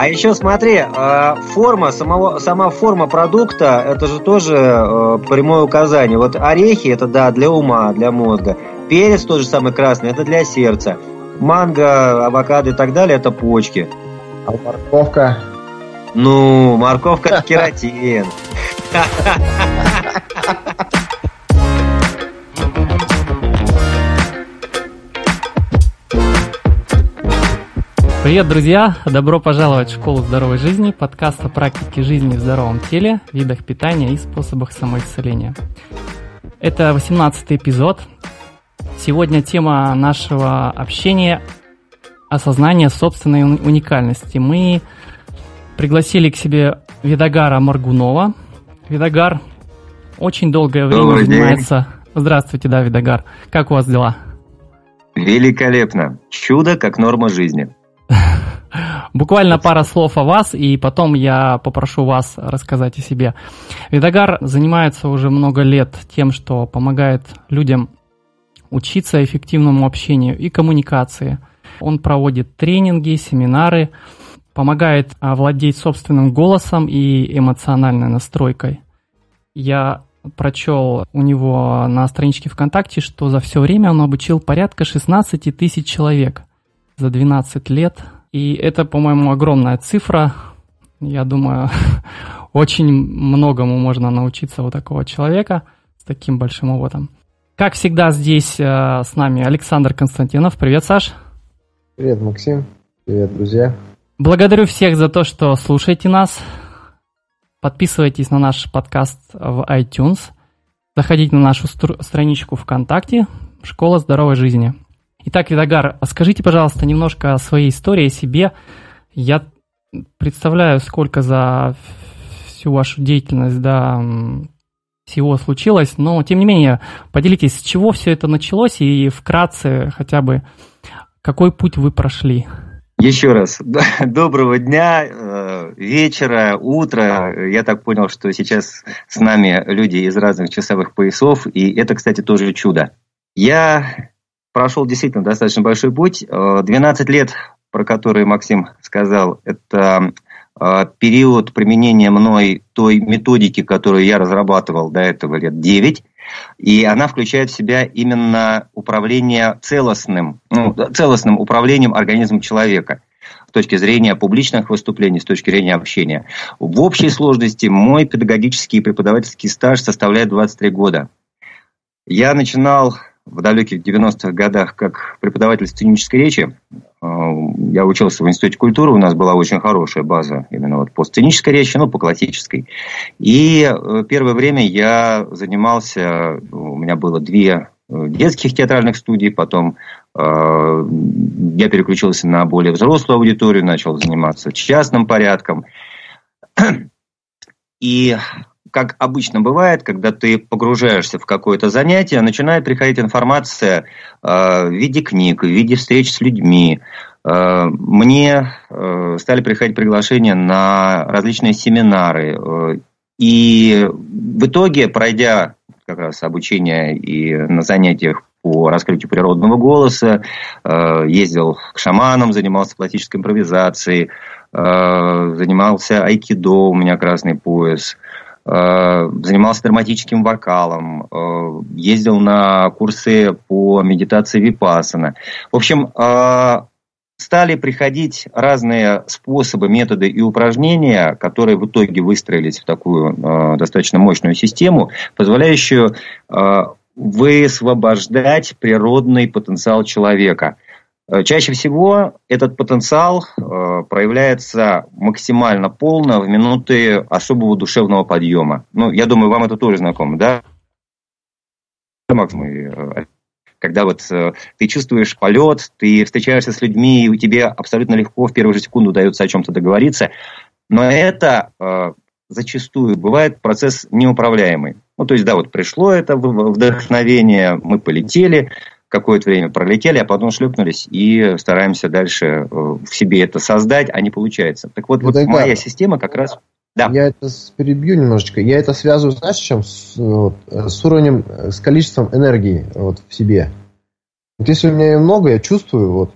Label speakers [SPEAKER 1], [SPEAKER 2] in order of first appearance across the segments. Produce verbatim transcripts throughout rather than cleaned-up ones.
[SPEAKER 1] А еще смотри, форма, самого, сама форма продукта, это же тоже прямое указание. Вот орехи, это да, для ума, для мозга. Перец тот же самый красный, это для сердца. Манго, авокадо и так далее, это почки.
[SPEAKER 2] А морковка?
[SPEAKER 1] Ну, морковка это кератин.
[SPEAKER 3] Привет, друзья! Добро пожаловать в Школу здоровой жизни, подкаст о практике жизни в здоровом теле, видах питания и способах самоисцеления. Это восемнадцатый эпизод. Сегодня тема нашего общения – осознание собственной уникальности. Мы пригласили к себе Видагара Моргунова. Видагар очень долгое время
[SPEAKER 1] Добрый
[SPEAKER 3] занимается...
[SPEAKER 1] день.
[SPEAKER 3] Здравствуйте, да, Видагар. Как у вас дела?
[SPEAKER 1] Великолепно. Чудо как норма жизни.
[SPEAKER 3] Буквально пара слов о вас, и потом я попрошу вас рассказать о себе. Видагар занимается уже много лет тем, что помогает людям учиться эффективному общению и коммуникации. Он проводит тренинги, семинары, помогает овладеть собственным голосом и эмоциональной настройкой. Я прочел у него на страничке ВКонтакте, что за все время он обучил порядка шестнадцать тысяч человек за двенадцать лет. И это, по-моему, огромная цифра. Я думаю, очень многому можно научиться у такого человека с таким большим опытом. Как всегда, здесь э, с нами Александр Константинов. Привет, Саш.
[SPEAKER 2] Привет, Максим. Привет, друзья.
[SPEAKER 3] Благодарю всех за то, что слушаете нас. Подписывайтесь на наш подкаст в iTunes. Заходите на нашу стр- страничку ВКонтакте «Школа здоровой жизни». Итак, Видагар, скажите, пожалуйста, немножко о своей истории, о себе. Я представляю, сколько за всю вашу деятельность, да, всего случилось, но, тем не менее, поделитесь, с чего все это началось и вкратце хотя бы, какой путь вы прошли.
[SPEAKER 1] Еще раз, доброго дня, вечера, утра. Я так понял, что сейчас с нами люди из разных часовых поясов, и это, кстати, тоже чудо. Я прошел действительно достаточно большой путь. двенадцать лет, про которые Максим сказал, это период применения мной той методики, которую я разрабатывал до этого лет девять. И она включает в себя именно управление целостным, ну, целостным управлением организмом человека с точки зрения публичных выступлений, с точки зрения общения. В общей сложности мой педагогический и преподавательский стаж составляет двадцать три года. Я начинал в далеких девяностых годах как преподаватель сценической речи. Я учился в Институте культуры, у нас была очень хорошая база именно вот по сценической речи, ну, по классической. И первое время я занимался, у меня было две детских театральных студии, потом я переключился на более взрослую аудиторию, начал заниматься частным порядком. И как обычно бывает, когда ты погружаешься в какое-то занятие, начинает приходить информация э, в виде книг, в виде встреч с людьми. Э, мне э, стали приходить приглашения на различные семинары. Э, и в итоге, пройдя как раз обучение и на занятиях по раскрытию природного голоса, э, ездил к шаманам, занимался пластической импровизацией, э, занимался айкидо, у меня красный пояс. Занимался драматическим вокалом, ездил на курсы по медитации випассана. В общем, стали приходить разные способы, методы и упражнения, которые в итоге выстроились в такую достаточно мощную систему, позволяющую высвобождать природный потенциал человека. Чаще всего этот потенциал э, проявляется максимально полно в минуты особого душевного подъема. Ну, я думаю, вам это тоже знакомо, да? Макс, мы, когда вот э, ты чувствуешь полет, ты встречаешься с людьми, и тебе абсолютно легко в первую же секунду удается о чем-то договориться. Но это э, зачастую бывает процесс неуправляемый. Ну, то есть, да, вот пришло это вдохновение, мы полетели, какое-то время пролетели, а потом шлепнулись и стараемся дальше в себе это создать, а не получается. Так вот, вот моя система как раз... Да.
[SPEAKER 2] Я это перебью немножечко. Я это связываю, знаешь, с чем? С, вот, с уровнем, с количеством энергии вот, в себе. Вот если у меня ее много, я чувствую, вот,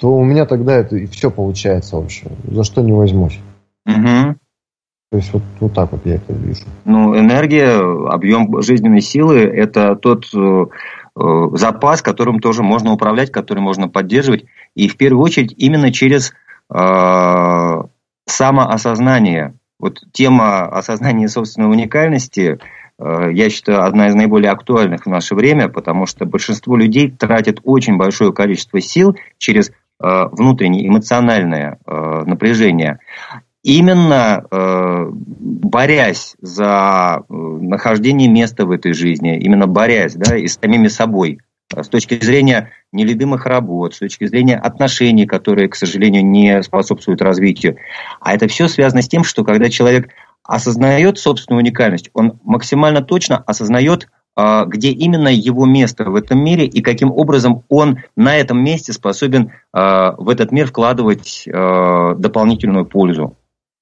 [SPEAKER 2] то у меня тогда это и все получается вообще. За что не возьмусь.
[SPEAKER 1] Угу.
[SPEAKER 2] То есть вот, вот так вот я это вижу.
[SPEAKER 1] Ну, энергия, объем жизненной силы – это тот э, э, запас, которым тоже можно управлять, который можно поддерживать. И в первую очередь именно через э, самоосознание. Вот тема осознания собственной уникальности, э, я считаю, одна из наиболее актуальных в наше время, потому что большинство людей тратят очень большое количество сил через э, внутреннее эмоциональное э, напряжение. Именно э, борясь за э, нахождение места в этой жизни, именно борясь, да, и с самими собой, с точки зрения нелюбимых работ, с точки зрения отношений, которые, к сожалению, не способствуют развитию. А это все связано с тем, что когда человек осознает собственную уникальность, он максимально точно осознает, э, где именно его место в этом мире и каким образом он на этом месте способен э, в этот мир вкладывать э, дополнительную пользу.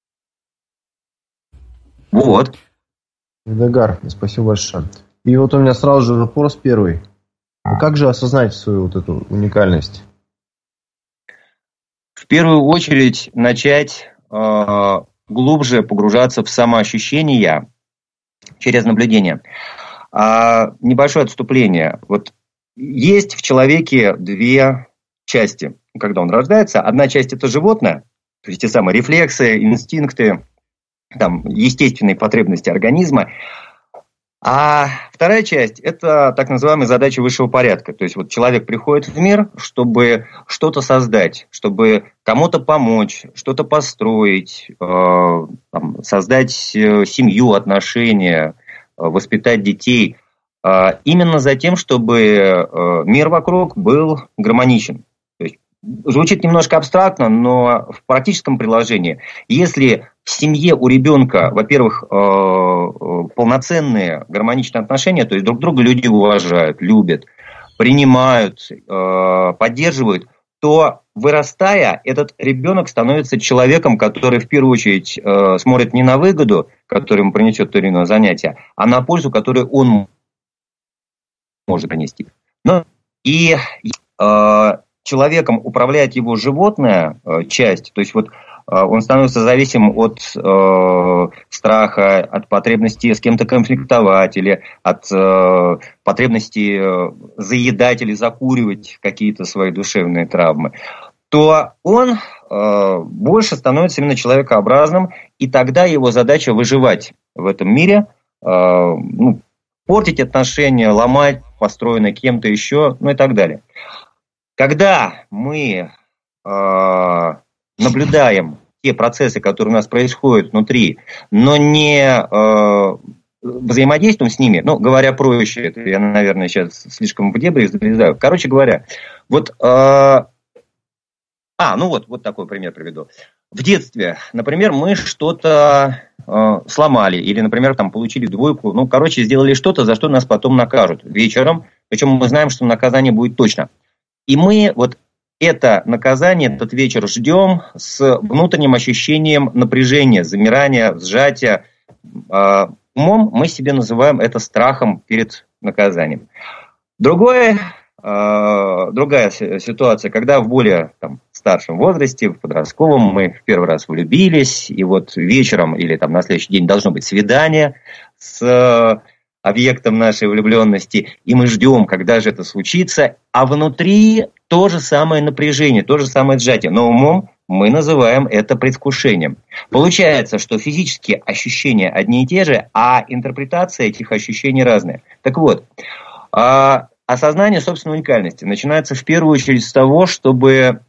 [SPEAKER 1] Вот.
[SPEAKER 2] Видагар, спасибо большое. И вот у меня сразу же вопрос первый. А как же осознать свою вот эту уникальность?
[SPEAKER 1] В первую очередь начать э, глубже погружаться в самоощущение через наблюдение. А, небольшое отступление. Вот есть в человеке две части. Когда он рождается, одна часть – это животное, то есть те самые рефлексы, инстинкты, там, естественные потребности организма. А вторая часть – это так называемые задачи высшего порядка. То есть вот человек приходит в мир, чтобы что-то создать, чтобы кому-то помочь, что-то построить, э, там, создать семью, отношения, э, воспитать детей. Э, именно за тем, чтобы э, мир вокруг был гармоничен. Звучит немножко абстрактно, но в практическом приложении, если в семье у ребенка, во-первых, полноценные гармоничные отношения, то есть друг друга люди уважают, любят, принимают, поддерживают, то, вырастая, этот ребенок становится человеком, который в первую очередь смотрит не на выгоду, которую ему принесет то или иное занятие, а на пользу, которую он может принести. Но и человеком управляет его животная э, часть, то есть вот э, он становится зависим от э, страха, от потребности с кем-то конфликтовать или от э, потребности э, заедать или закуривать какие-то свои душевные травмы, то он э, больше становится именно человекообразным, и тогда его задача выживать в этом мире, э, ну, портить отношения, ломать построенное кем-то еще, ну и так далее. Когда мы э, наблюдаем те процессы, которые у нас происходят внутри, но не э, взаимодействуем с ними, ну, говоря проще, это я, наверное, сейчас слишком в дебри залезаю. Короче говоря, вот, э, а, ну вот, вот такой пример приведу. В детстве, например, мы что-то э, сломали, или, например, там получили двойку, ну, короче, сделали что-то, за что нас потом накажут вечером, причем мы знаем, что наказание будет точно. И мы вот это наказание, этот вечер ждем с внутренним ощущением напряжения, замирания, сжатия. Умом мы себе называем это страхом перед наказанием. Другое, другая ситуация, когда в более там, старшем возрасте, в подростковом, мы в первый раз влюбились, и вот вечером или там, на следующий день должно быть свидание с объектом нашей влюбленности, и мы ждем, когда же это случится, а внутри то же самое напряжение, то же самое сжатие, но умом мы называем это предвкушением. Получается, что физические ощущения одни и те же, а интерпретация этих ощущений разная. Так вот, осознание собственной уникальности начинается в первую очередь с того, чтобы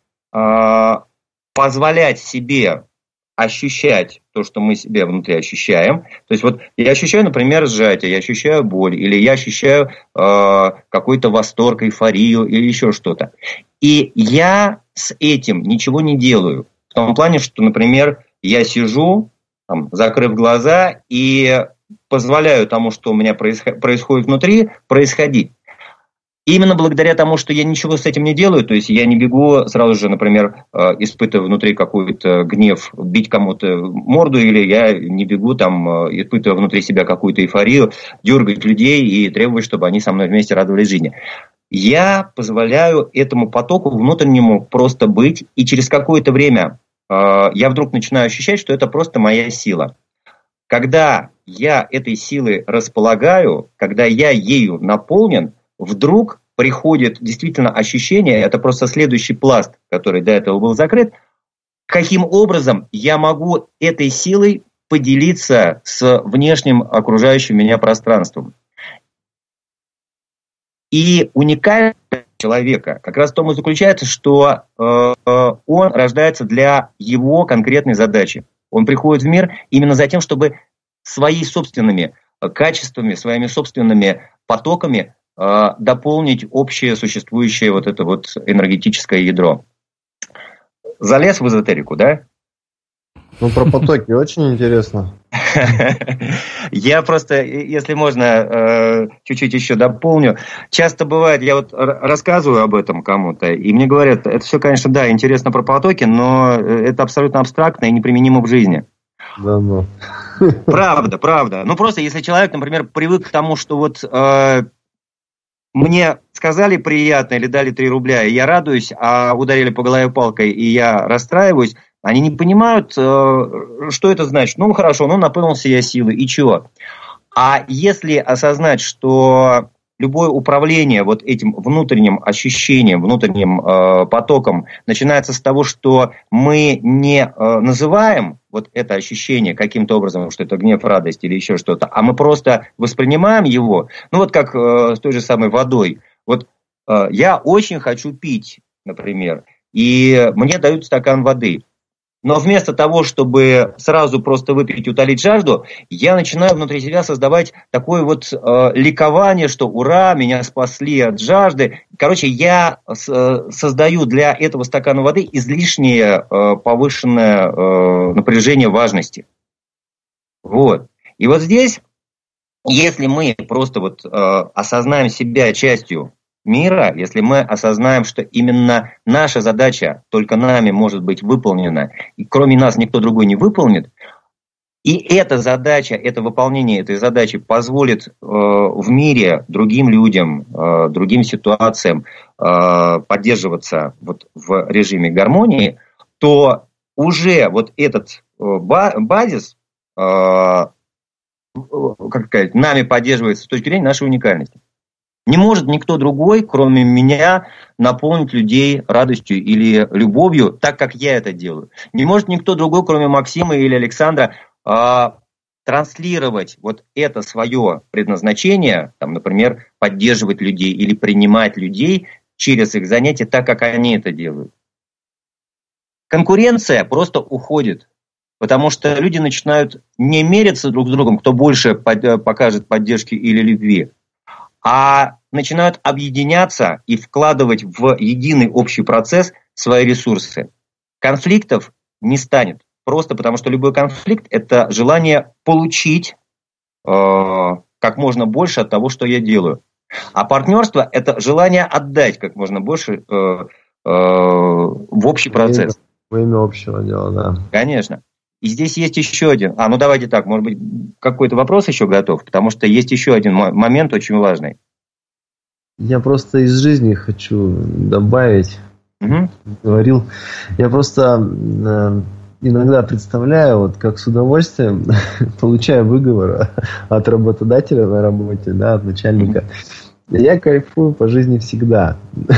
[SPEAKER 1] позволять себе ощущать то, что мы себе внутри ощущаем. То есть вот я ощущаю, например, сжатие, я ощущаю боль, или я ощущаю э, какой-то восторг, эйфорию, или еще что-то. И я с этим ничего не делаю. В том плане, что, например, я сижу, там, закрыв глаза, и позволяю тому, что у меня происход- происходит внутри, происходить. И именно благодаря тому, что я ничего с этим не делаю, то есть я не бегу сразу же, например, испытывая внутри какой-то гнев, бить кому-то морду, или я не бегу, там, испытывая внутри себя какую-то эйфорию, дергать людей и требовать, чтобы они со мной вместе радовались жизни. я позволяю этому потоку внутреннему просто быть, и через какое-то время э, я вдруг начинаю ощущать, что это просто моя сила. Когда я этой силой располагаю, когда я ею наполнен, вдруг приходит действительно ощущение, это просто следующий пласт, который до этого был закрыт, каким образом я могу этой силой поделиться с внешним окружающим меня пространством. И уникальность человека как раз в том и заключается, что э, он рождается для его конкретной задачи. Он приходит в мир именно за тем, чтобы своими собственными качествами, своими собственными потоками э, дополнить общее существующее вот это вот энергетическое ядро. Залез в эзотерику, да?
[SPEAKER 2] Ну, про потоки очень интересно.
[SPEAKER 1] Я просто, если можно, чуть-чуть еще дополню. Часто бывает, я вот рассказываю об этом кому-то, и мне говорят, это все, конечно, да, интересно про потоки, но это абсолютно абстрактно и неприменимо в жизни.
[SPEAKER 2] Да, ну.
[SPEAKER 1] Правда, правда. Ну, просто если человек, например, привык к тому, что вот э, мне сказали приятно или дали три рубля, и я радуюсь, а ударили по голове палкой, и я расстраиваюсь, они не понимают, что это значит. Ну, хорошо, ну, наполнился я силой, и чего? А если осознать, что любое управление вот этим внутренним ощущением, внутренним э, потоком начинается с того, что мы не э, называем вот это ощущение каким-то образом, что это гнев, радость или еще что-то, а мы просто воспринимаем его, ну, вот как э, с той же самой водой. Вот э, я очень хочу пить, например, и мне дают стакан воды. Но вместо того, чтобы сразу просто выпить, утолить жажду, я начинаю внутри себя создавать такое вот э, ликование, что ура, меня спасли от жажды. Короче, я с, создаю для этого стакана воды излишнее э, повышенное э, напряжение важности. Вот. И вот здесь, если мы просто вот э, осознаем себя частью мира, если мы осознаем, что именно наша задача только нами может быть выполнена, и кроме нас никто другой не выполнит, и эта задача, это выполнение этой задачи позволит э, в мире другим людям, э, другим ситуациям э, поддерживаться вот в режиме гармонии, то уже вот этот э, базис, э, как сказать, нами поддерживается с точки зрения нашей уникальности. Не может никто другой, кроме меня, наполнить людей радостью или любовью, так как я это делаю. Не может никто другой, кроме Максима или Александра, э, транслировать вот это свое предназначение, там, например, поддерживать людей или принимать людей через их занятия так, как они это делают. Конкуренция просто уходит, потому что люди начинают не мериться друг с другом, кто больше под, покажет поддержки или любви, а начинают объединяться и вкладывать в единый общий процесс свои ресурсы. Конфликтов не станет. Просто потому, что любой конфликт – это желание получить э, как можно больше от того, что я делаю. А партнерство – это желание отдать как можно больше э, э, в общий процесс.
[SPEAKER 2] Во имя общего дела, да.
[SPEAKER 1] Конечно. И здесь есть еще один. А, ну давайте так, может быть, какой-то вопрос еще готов, потому что есть еще один момент очень важный.
[SPEAKER 2] Я просто из жизни хочу добавить. Угу. Говорил. Я просто э, иногда представляю, вот как с удовольствием получаю выговор от работодателя на работе, да, от начальника. Угу. Я кайфую по жизни всегда.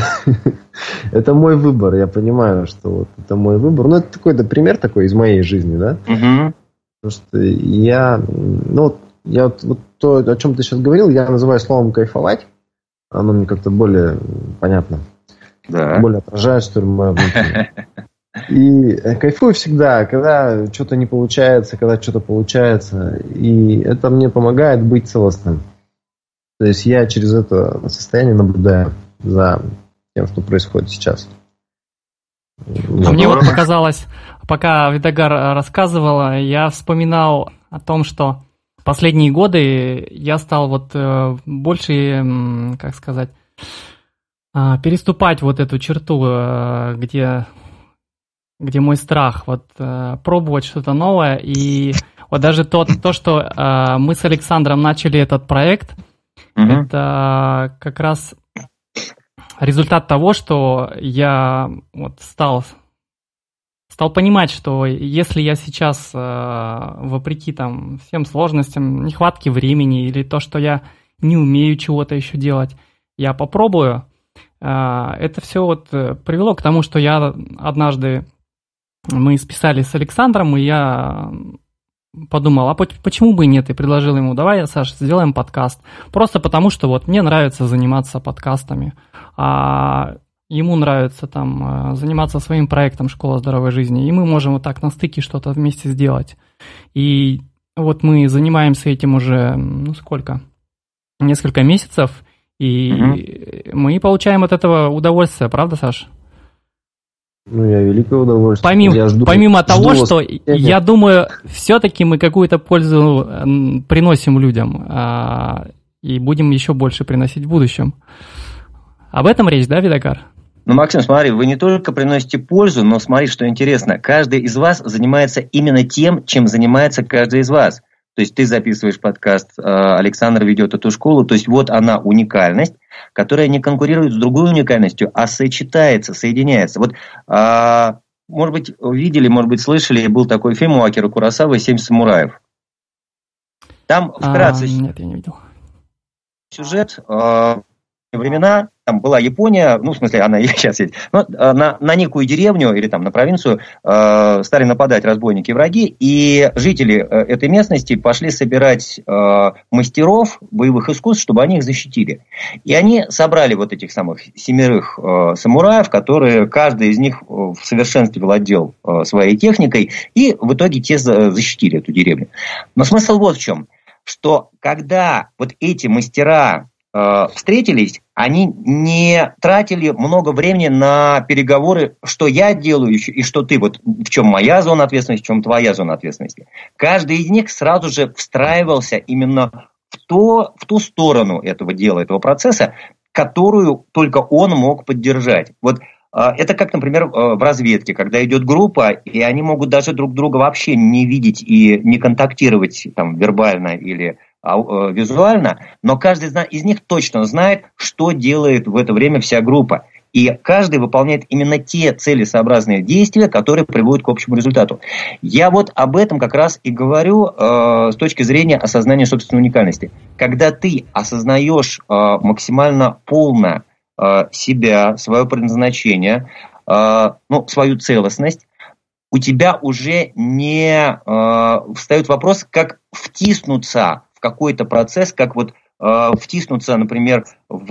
[SPEAKER 2] Это мой выбор, я понимаю, что вот это мой выбор. Ну, это какой-то пример такой из моей жизни, да? Угу. Потому что я, ну, я вот, вот то, о чем ты сейчас говорил, я называю словом кайфовать. Оно мне как-то более понятно. Да. Более отражает, что ли, мое внутреннее. И кайфую всегда, когда что-то не получается, когда что-то получается. И это мне помогает быть целостным. То есть я через это состояние наблюдаю за тем, что происходит сейчас.
[SPEAKER 3] А мне вот показалось, пока Видагар рассказывала, я вспоминал о том, что последние годы я стал вот э, больше, как сказать, э, переступать вот эту черту, э, где, где мой страх, вот э, пробовать что-то новое. И вот даже то, то что э, мы с Александром начали этот проект, mm-hmm. это как раз результат того, что я вот стал, стал понимать, что если я сейчас, вопреки там всем сложностям, нехватке времени или то, что я не умею чего-то еще делать, я попробую, это все вот привело к тому, что я однажды, мы списались с Александром, и я подумал, а почему бы и нет, и предложил ему, давай, Саша, сделаем подкаст, просто потому что вот мне нравится заниматься подкастами, а ему нравится там заниматься своим проектом «Школа здоровой жизни», и мы можем вот так на стыке что-то вместе сделать. И вот мы занимаемся этим уже, ну сколько, несколько месяцев, и угу. мы получаем от этого удовольствие, правда, Саш?
[SPEAKER 2] Ну, я великое удовольствие.
[SPEAKER 3] Помимо,
[SPEAKER 2] я жду,
[SPEAKER 3] помимо
[SPEAKER 2] жду
[SPEAKER 3] того,
[SPEAKER 2] вас...
[SPEAKER 3] что, я думаю, все-таки мы какую-то пользу приносим людям, и будем еще больше приносить в будущем. Об этом речь, да, Видагар?
[SPEAKER 1] Ну, Максим, смотри, вы не только приносите пользу, но смотри, что интересно. Каждый из вас занимается именно тем, чем занимается каждый из вас. То есть ты записываешь подкаст, Александр ведет эту школу. То есть вот она уникальность, которая не конкурирует с другой уникальностью, а сочетается, соединяется. Вот, может быть, видели, может быть, слышали, был такой фильм у Акиры Куросавы «Семь самураев». Там вкратце...
[SPEAKER 3] А, нет, я не видел.
[SPEAKER 1] Сюжет... времена, там была Япония, ну, в смысле, она и сейчас есть, но на, на некую деревню или там на провинцию э, стали нападать разбойники и враги, и жители э, этой местности пошли собирать э, мастеров боевых искусств, чтобы они их защитили. И они собрали вот этих самых семерых э, самураев, которые, каждый из них в совершенстве владел э, своей техникой, и в итоге те защитили эту деревню. Но смысл вот в чем, что когда вот эти мастера встретились, они не тратили много времени на переговоры, что я делаю и что ты, вот в чем моя зона ответственности, в чем твоя зона ответственности. Каждый из них сразу же встраивался именно в, то, в ту сторону этого дела, этого процесса, которую только он мог поддержать. Вот это как, например, в разведке, когда идет группа, и они могут даже друг друга вообще не видеть и не контактировать там, вербально или визуально, но каждый из них точно знает, что делает в это время вся группа. И каждый выполняет именно те целесообразные действия, которые приводят к общему результату. Я вот об этом как раз и говорю э, с точки зрения осознания собственной уникальности. Когда ты осознаешь э, максимально полно э, себя, свое предназначение, э, ну, свою целостность, у тебя уже не э, встает вопрос, как втиснуться какой-то процесс, как вот э, втиснуться, например,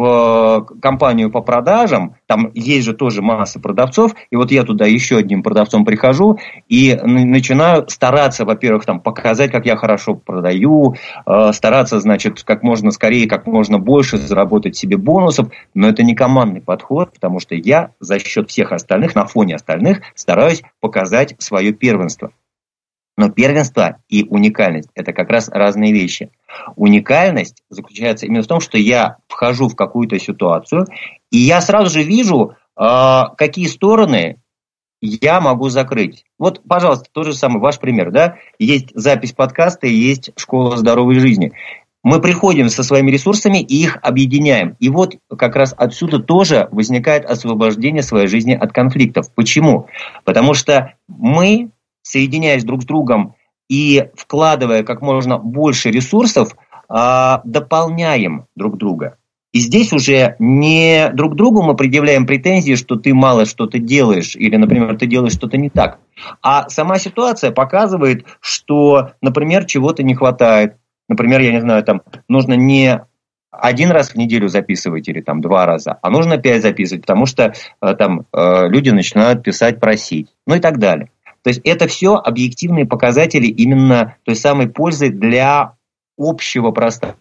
[SPEAKER 1] в компанию по продажам, там есть же тоже масса продавцов, и вот я туда еще одним продавцом прихожу и начинаю стараться, во-первых, там, показать, как я хорошо продаю, э, стараться, значит, как можно скорее, как можно больше заработать себе бонусов, но это не командный подход, потому что я за счет всех остальных, на фоне остальных, стараюсь показать свое первенство. Но первенство и уникальность – это как раз разные вещи. Уникальность заключается именно в том, что я вхожу в какую-то ситуацию, и я сразу же вижу, какие стороны я могу закрыть. Вот, пожалуйста, тот же самый ваш пример. Да? Есть запись подкаста и есть школа здоровой жизни. Мы приходим со своими ресурсами и их объединяем. И вот как раз отсюда тоже возникает освобождение своей жизни от конфликтов. Почему? Потому что мы, соединяясь друг с другом и вкладывая как можно больше ресурсов, дополняем друг друга. И здесь уже не друг другу мы предъявляем претензии, что ты мало что-то делаешь, или, например, ты делаешь что-то не так. А сама ситуация показывает, что, например, чего-то не хватает. Например, я не знаю, там нужно не один раз в неделю записывать или там два раза, а нужно пять записывать, потому что там люди начинают писать, просить, ну и так далее. То есть это все объективные показатели именно той самой пользы для общего пространства.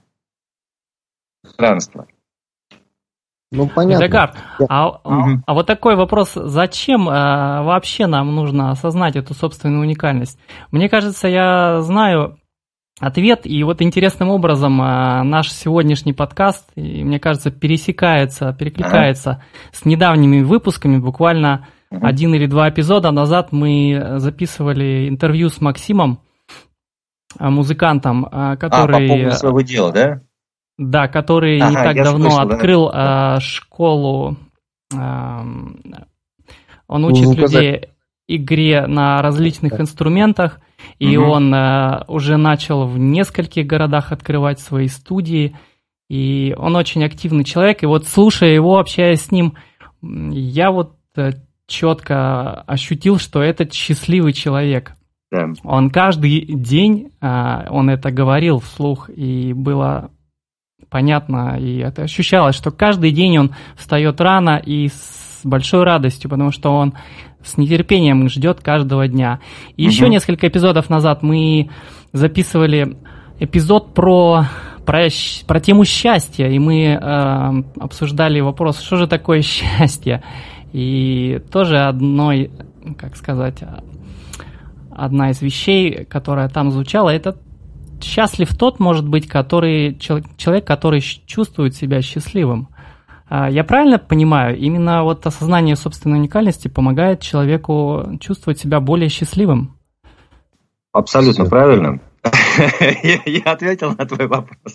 [SPEAKER 2] Ну, понятно.
[SPEAKER 3] Видагар, а, угу. а вот такой вопрос, зачем а, вообще нам нужно осознать эту собственную уникальность? Мне кажется, я знаю ответ, и вот интересным образом а, наш сегодняшний подкаст, и, мне кажется, пересекается, перекликается ага. с недавними выпусками, буквально ага. один или два эпизода назад мы записывали интервью с Максимом, музыкантом, который...
[SPEAKER 1] А, по поводу своего дела, да?
[SPEAKER 3] Да, который ага, не так давно слышал, открыл да. школу он учит ну, людей игре на различных да. инструментах, и угу. он уже начал в нескольких городах открывать свои студии, и он очень активный человек, и вот слушая его, общаясь с ним, я вот четко ощутил, что это счастливый человек. Да. Он каждый день, он это говорил вслух, и было понятно, и это ощущалось, что каждый день он встает рано и с большой радостью, потому что он с нетерпением ждет каждого дня. И угу. еще несколько эпизодов назад мы записывали эпизод про, про, про тему счастья, и мы э, обсуждали вопрос, что же такое счастье. И тоже одной, как сказать, одна из вещей, которая там звучала, это счастлив тот, может быть, который, человек, который чувствует себя счастливым. Я правильно понимаю, именно вот осознание собственной уникальности помогает человеку чувствовать себя более счастливым?
[SPEAKER 1] Абсолютно правильно. Я ответил на твой вопрос.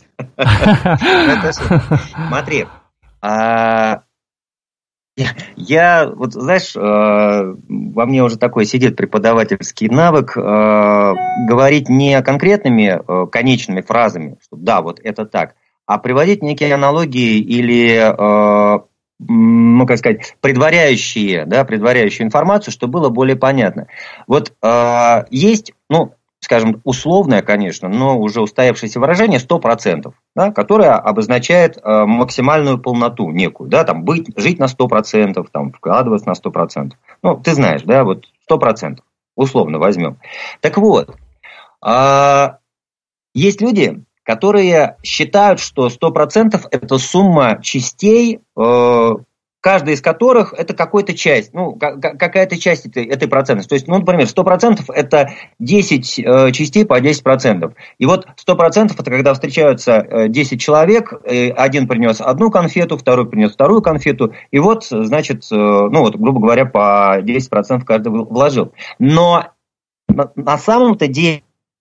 [SPEAKER 1] Смотри, я, вот знаешь, во мне уже такой сидит преподавательский навык говорить не конкретными конечными фразами, что да, вот это так, а приводить некие аналогии или, ну, как сказать, предваряющие, да, предваряющую информацию, чтобы было более понятно. Вот есть, ну, скажем, условное, конечно, но уже устоявшееся выражение сто процентов, да, которое обозначает э, максимальную полноту некую, да, там, быть, жить на сто процентов, там, вкладываться на сто процентов. Ну, ты знаешь, да, вот сто процентов, условно возьмем. Так вот, э, есть люди, которые считают, что сто процентов это сумма частей, э, каждая из которых это какая-то часть, ну, какая-то часть этой, этой процентности. То есть, ну, например, сто процентов это десять э, частей по десять процентов. И вот сто процентов это когда встречаются десять человек, один принес одну конфету, второй принес вторую конфету, и вот, значит, э, ну, вот, грубо говоря, по десять процентов каждый вложил. Но на, на самом-то деле,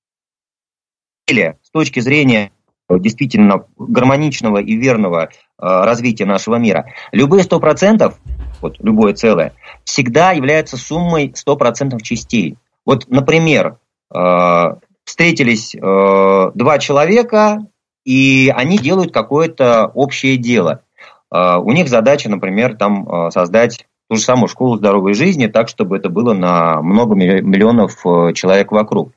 [SPEAKER 1] с точки зрения действительно гармоничного и верного э, развития нашего мира, любые сто процентов, вот любое целое, всегда являются суммой сто процентов частей. Вот, например, э, встретились э, два человека, и они делают какое-то общее дело. Э, у них задача, например, там, э, создать ту же самую школу здоровой жизни, так, чтобы это было на много миллионов э, человек вокруг.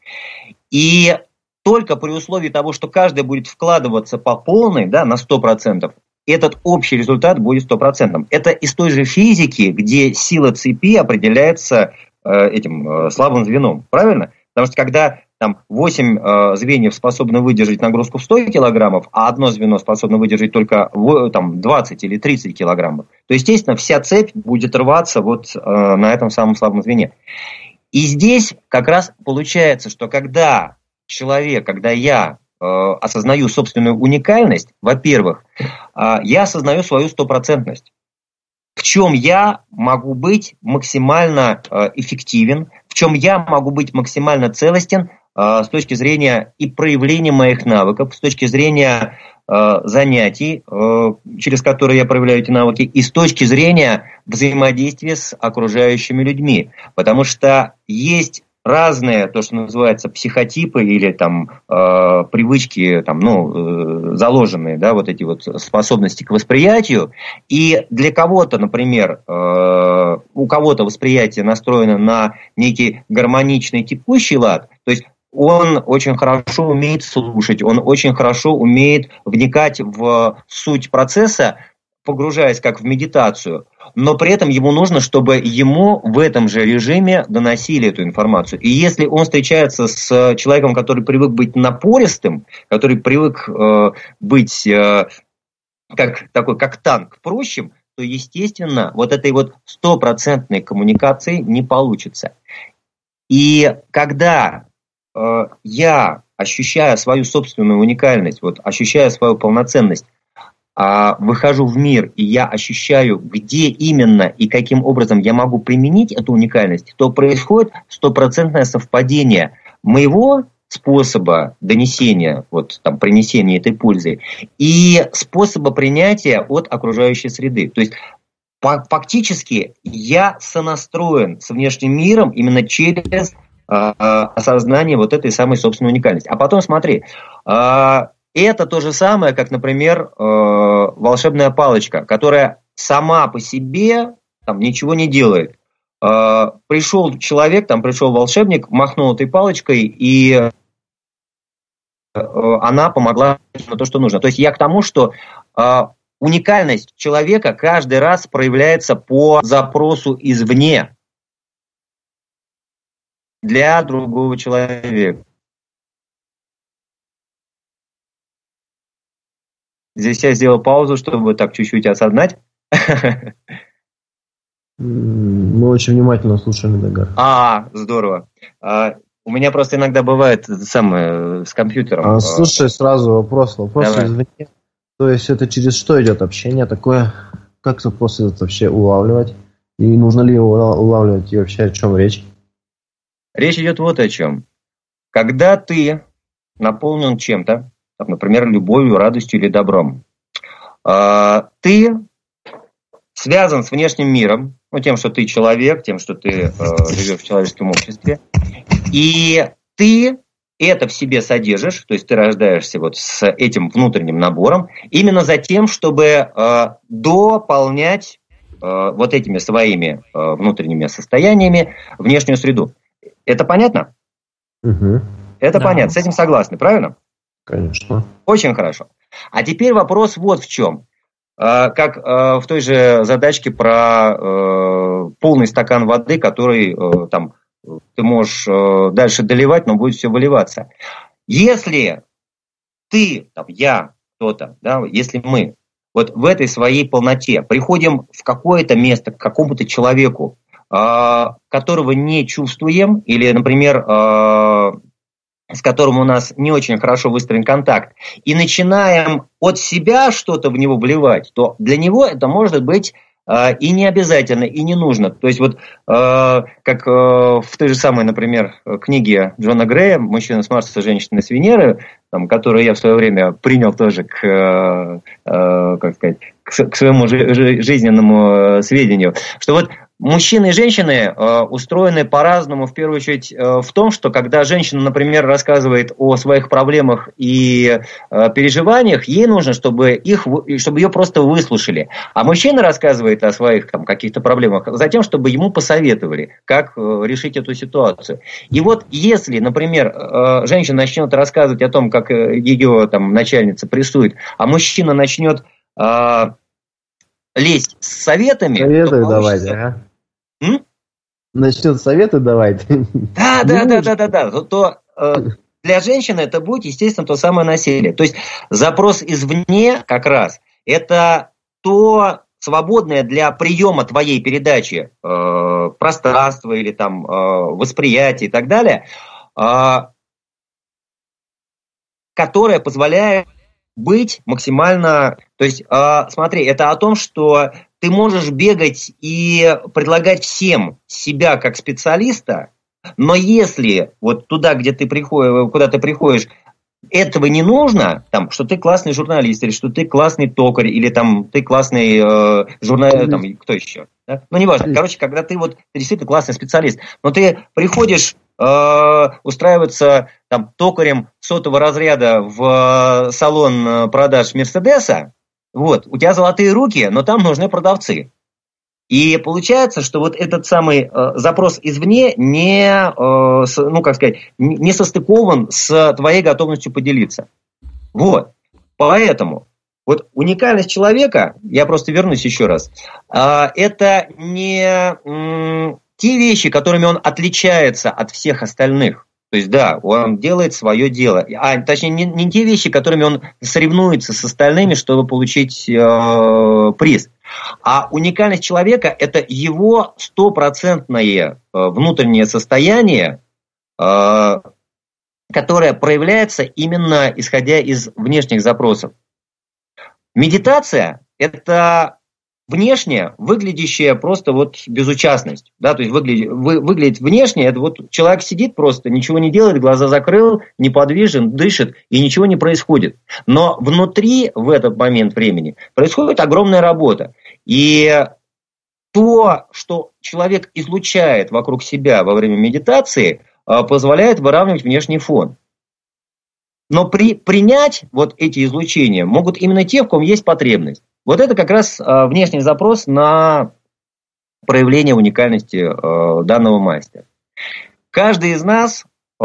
[SPEAKER 1] И только при условии того, что каждый будет вкладываться по полной, да, на сто процентов, этот общий результат будет стопроцентным. Это из той же физики, где сила цепи определяется э, этим э, слабым звеном. Правильно? Потому что когда там, восемь э, звеньев способны выдержать нагрузку в сто килограммов, а одно звено способно выдержать только в, там, двадцать или тридцать килограммов, то, естественно, вся цепь будет рваться вот, э, на этом самом слабом звене. И здесь как раз получается, что когда человек, когда я э, осознаю собственную уникальность, во-первых, э, я осознаю свою стопроцентность. В чем я могу быть максимально э, эффективен, в чем я могу быть максимально целостен э, с точки зрения и проявления моих навыков, с точки зрения э, занятий, э, через которые я проявляю эти навыки, и с точки зрения взаимодействия с окружающими людьми. Потому что есть разные, то, что называется, психотипы или там э, привычки, там, ну, э, заложенные, да, вот эти вот способности к восприятию. И для кого-то, например, э, у кого-то восприятие настроено на некий гармоничный текущий лад, то есть он очень хорошо умеет слушать, он очень хорошо умеет вникать в суть процесса, погружаясь как в медитацию, но при этом ему нужно, чтобы ему в этом же режиме доносили эту информацию. И если он встречается с человеком, который привык быть напористым, который привык э, быть э, как, такой, как танк, прощим, то, естественно, вот этой вот стопроцентной коммуникации не получится. И когда э, я ощущаю свою собственную уникальность, вот, ощущаю свою полноценность, выхожу в мир, и я ощущаю, где именно и каким образом я могу применить эту уникальность, то происходит стопроцентное совпадение моего способа донесения, вот там, принесения этой пользы и способа принятия от окружающей среды. То есть фактически я сонастроен с внешним миром именно через осознание вот этой самой собственной уникальности. А потом смотри, это то же самое, как, например, волшебная палочка, которая сама по себе там ничего не делает. Пришел человек, там пришел волшебник, махнул этой палочкой, и она помогла на то, что нужно. То есть я к тому, что уникальность человека каждый раз проявляется по запросу извне для другого человека. Здесь я сделал паузу, чтобы так чуть-чуть осознать.
[SPEAKER 2] Мы очень внимательно слушаем, Видагар.
[SPEAKER 1] А, здорово. А, у меня просто иногда бывает самое с компьютером.
[SPEAKER 2] А, слушай, сразу вопрос. Вопрос извне. То есть это через что идет общение такое? Как запрос этот вообще улавливать? И нужно ли его улавливать? И вообще о чем речь?
[SPEAKER 1] Речь идет вот о чем. Когда ты наполнен чем-то, например, любовью, радостью или добром, ты связан с внешним миром, ну, тем, что ты человек, тем, что ты э, живешь в человеческом обществе, и ты это в себе содержишь, то есть ты рождаешься вот с этим внутренним набором, именно за тем, чтобы э, дополнять э, вот этими своими э, внутренними состояниями внешнюю среду. Это понятно?
[SPEAKER 2] Угу.
[SPEAKER 1] Это
[SPEAKER 3] да.
[SPEAKER 1] понятно, с этим согласны, правильно?
[SPEAKER 2] Конечно.
[SPEAKER 1] Очень хорошо. А теперь вопрос вот в чем. Как в той же задачке про полный стакан воды, который там, ты можешь дальше доливать, но будет все выливаться. Если ты, там, я, кто-то, да, если мы вот в этой своей полноте приходим в какое-то место, к какому-то человеку, которого не чувствуем, или, например, с которым у нас не очень хорошо выстроен контакт, и начинаем от себя что-то в него вливать, то для него это может быть э, и не обязательно, и не нужно. То есть вот э, как э, в той же самой, например, книге Джона Грея «Мужчина с Марса, женщина с Венеры», там, которую я в свое время принял тоже к, э, э, как сказать, к, к своему жи- жизненному сведению, что вот мужчины и женщины э, устроены по-разному, в первую очередь, э, в том, что когда женщина, например, рассказывает о своих проблемах и э, переживаниях, ей нужно, чтобы, их, чтобы ее просто выслушали. А мужчина рассказывает о своих там, каких-то проблемах затем, чтобы ему посоветовали, как э, решить эту ситуацию. И вот если, например, э, женщина начнет рассказывать о том, как ее там, начальница прессует, а мужчина начнет э, лезть с советами...
[SPEAKER 2] Советы давайте, а? М? Начнет советы давать.
[SPEAKER 1] Да, да, да, да, да, да. То, то э, для женщины это будет, естественно, то самое насилие. То есть запрос извне как раз это то свободное для приема твоей передачи э, пространство или там э, восприятие и так далее, э, которое позволяет быть максимально... То есть, э, смотри, это о том, что ты можешь бегать и предлагать всем себя как специалиста, но если вот туда, где ты приходишь, куда ты приходишь, этого не нужно, там, что ты классный журналист, или что ты классный токарь, или там ты классный э, журналист, там, кто еще, да? Ну, неважно. Короче, когда ты вот ты действительно классный специалист, но ты приходишь э, устраиваться там токарем сотого разряда в салон продаж Мерседеса, вот, у тебя золотые руки, но там нужны продавцы. И получается, что вот этот самый э, запрос извне не, э, с, ну, как сказать, не состыкован с твоей готовностью поделиться. Вот. Поэтому вот уникальность человека, я просто вернусь еще раз, э, это не э, те вещи, которыми он отличается от всех остальных. То есть, да, он делает свое дело. А, точнее, не, не те вещи, которыми он соревнуется с остальными, чтобы получить э, приз. А уникальность человека – это его стопроцентное э, внутреннее состояние, э, которое проявляется именно исходя из внешних запросов. Медитация – это внешне выглядящая просто вот безучастность. Да, то есть выглядеть, вы, выглядеть внешне, это вот человек сидит просто, ничего не делает, глаза закрыл, неподвижен, дышит, и ничего не происходит. Но внутри в этот момент времени происходит огромная работа. И то, что человек излучает вокруг себя во время медитации, позволяет выравнивать внешний фон. Но при, принять вот эти излучения могут именно те, в ком есть потребность. Вот это как раз внешний запрос на проявление уникальности данного мастера. Каждый из нас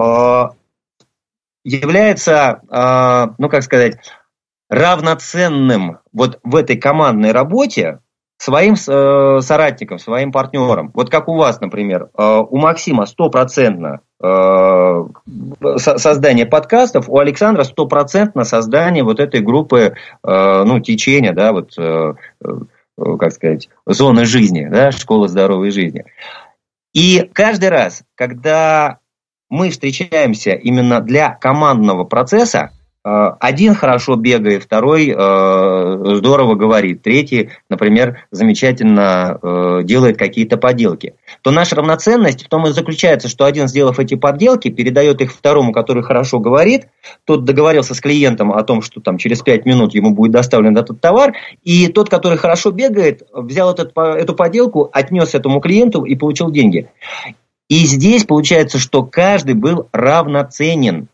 [SPEAKER 1] является, ну как сказать, равноценным вот в этой командной работе своим э, соратникам, своим партнерам. Вот как у вас, например, э, у Максима стопроцентно э, создание подкастов, у Александра стопроцентно создание вот этой группы, э, ну, течения, да, вот, э, э, как сказать, зоны жизни, да, школа здоровой жизни. И каждый раз, когда мы встречаемся именно для командного процесса, один хорошо бегает, второй э, здорово говорит, третий, например, замечательно э, делает какие-то поделки, то наша равноценность в том и заключается, что один, сделав эти поделки, передает их второму, который хорошо говорит, тот договорился с клиентом о том, что там через пять минут ему будет доставлен этот товар, и тот, который хорошо бегает, взял этот, эту поделку, отнес этому клиенту и получил деньги. И здесь получается, что каждый был равноценен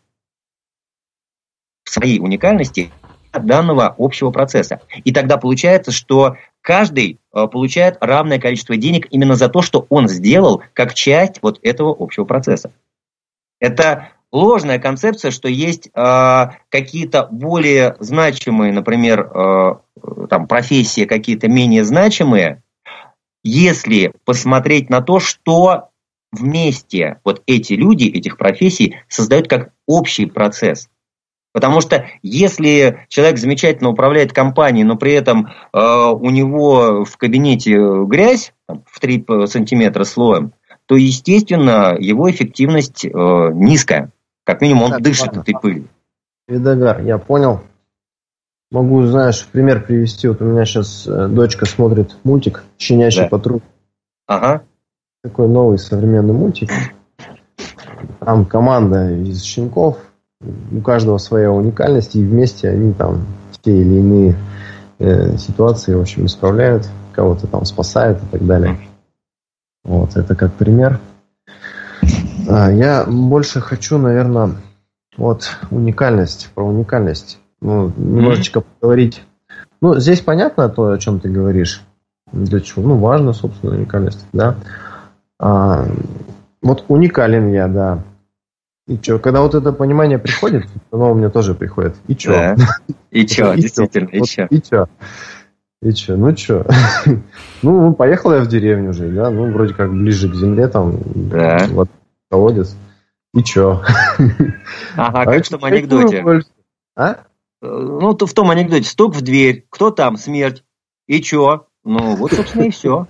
[SPEAKER 1] своей уникальности данного общего процесса. И тогда получается, что каждый э, получает равное количество денег именно за то, что он сделал как часть вот этого общего процесса. Это ложная концепция, что есть э, какие-то более значимые, например, э, там, профессии, какие-то менее значимые, если посмотреть на то, что вместе вот эти люди, этих профессий создают как общий процесс. Потому что если человек замечательно управляет компанией, но при этом э, у него в кабинете грязь там, в три сантиметра слоем, то, естественно, его эффективность э, низкая. Как минимум он так, дышит ладно. Этой пылью.
[SPEAKER 2] Видогар, я понял. Могу, знаешь, пример привести. Вот у меня сейчас дочка смотрит мультик «Щенячий да. патруль».
[SPEAKER 1] Ага.
[SPEAKER 2] Такой новый современный мультик. Там команда из щенков. У каждого своя уникальность, и вместе они там те или иные э, ситуации, в общем, исправляют, кого-то там спасают и так далее. Вот, это как пример. А, я больше хочу, наверное, вот уникальность, про уникальность. Ну, немножечко поговорить. Ну, здесь понятно то, о чем ты говоришь. Для чего? Ну, важно, собственно, уникальность, да. А, вот уникален я, да. И что, когда вот это понимание приходит, оно у меня тоже приходит. И что?
[SPEAKER 1] Да. И что, действительно, и что?
[SPEAKER 2] И что? И что? Ну что? Ну, поехал я в деревню жить, да, ну, вроде как ближе к земле, там, вот, колодец. И что?
[SPEAKER 1] Ага, как в том анекдоте. А? Ну, в том анекдоте, стук в дверь, кто там? Смерть. И что? Ну, вот, собственно, и все.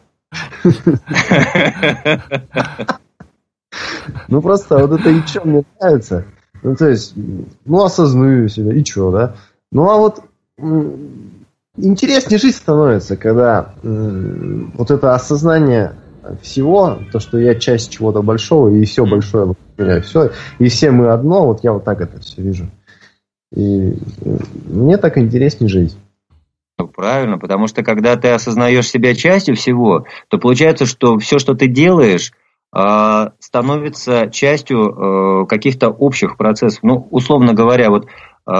[SPEAKER 2] Ну, просто вот это и чё мне нравится. Ну, то есть, ну, осознаю себя, и чё, да? Ну, а вот интереснее жизнь становится, когда м- вот это осознание всего, то, что я часть чего-то большого, и все большое вокруг меня, все, и все мы одно, вот я вот так это все вижу. И мне так интереснее жить.
[SPEAKER 1] Правильно, потому что когда ты осознаешь себя частью всего, то получается, что все, что ты делаешь, становится частью каких-то общих процессов. Ну, условно говоря, вот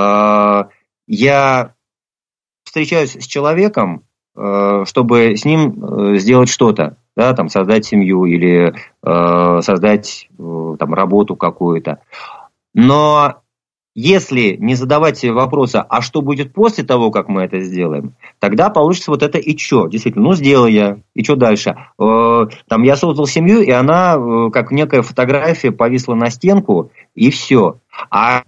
[SPEAKER 1] я встречаюсь с человеком, чтобы с ним сделать что-то, да, там, создать семью или создать там, работу какую-то. Но если не задавать себе вопроса, а что будет после того, как мы это сделаем, тогда получится вот это и чё. Действительно, ну сделал я, и что дальше? Э, там я создал семью, и она, э, как некая фотография, повисла на стенку, и все. А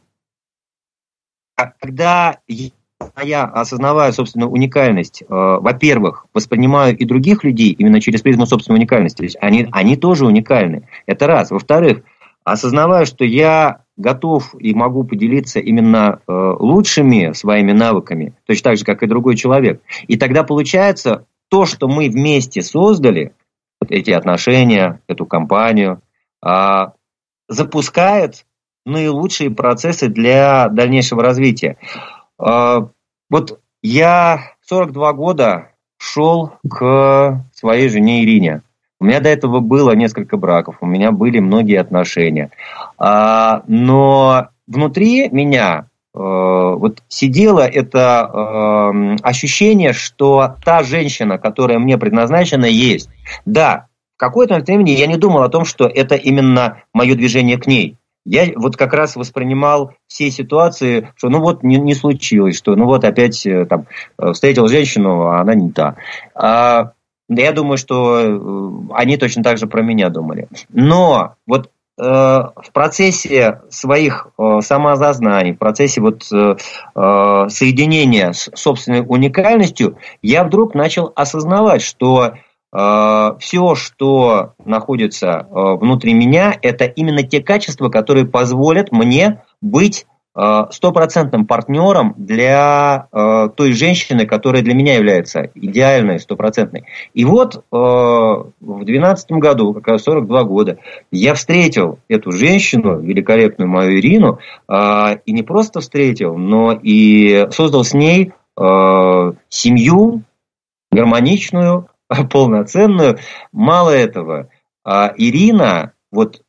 [SPEAKER 1] когда я осознаваю собственную уникальность, э, во-первых, воспринимаю и других людей именно через призму собственной уникальности, то есть они, они тоже уникальны. Это раз. Во-вторых, осознаваю, что я готов и могу поделиться именно э, лучшими своими навыками, точно так же, как и другой человек. И тогда получается, то, что мы вместе создали, вот эти отношения, эту компанию, э, запускает наилучшие процессы для дальнейшего развития. Э, вот я сорок два года шел к своей жене Ирине. У меня до этого было несколько браков, у меня были многие отношения. А, но внутри меня э, вот сидело это э, ощущение, что та женщина, которая мне предназначена, есть. Да, в какое-то времени я не думал о том, что это именно мое движение к ней. Я вот как раз воспринимал все ситуации, что ну вот не, не случилось, что ну вот опять там встретил женщину, а она не та. А, я думаю, что они точно так же про меня думали. Но вот э, в процессе своих э, самоосознаний, в процессе вот э, э, соединения с собственной уникальностью, я вдруг начал осознавать, что все, что находится внутри меня, это именно те качества, которые позволят мне быть стопроцентным партнером для той женщины, которая для меня является идеальной, стопроцентной. И вот в двенадцатом году, как раз сорок два года, я встретил эту женщину, великолепную мою Ирину, и не просто встретил, но и создал с ней семью гармоничную, полноценную. Мало этого, Ирина, вот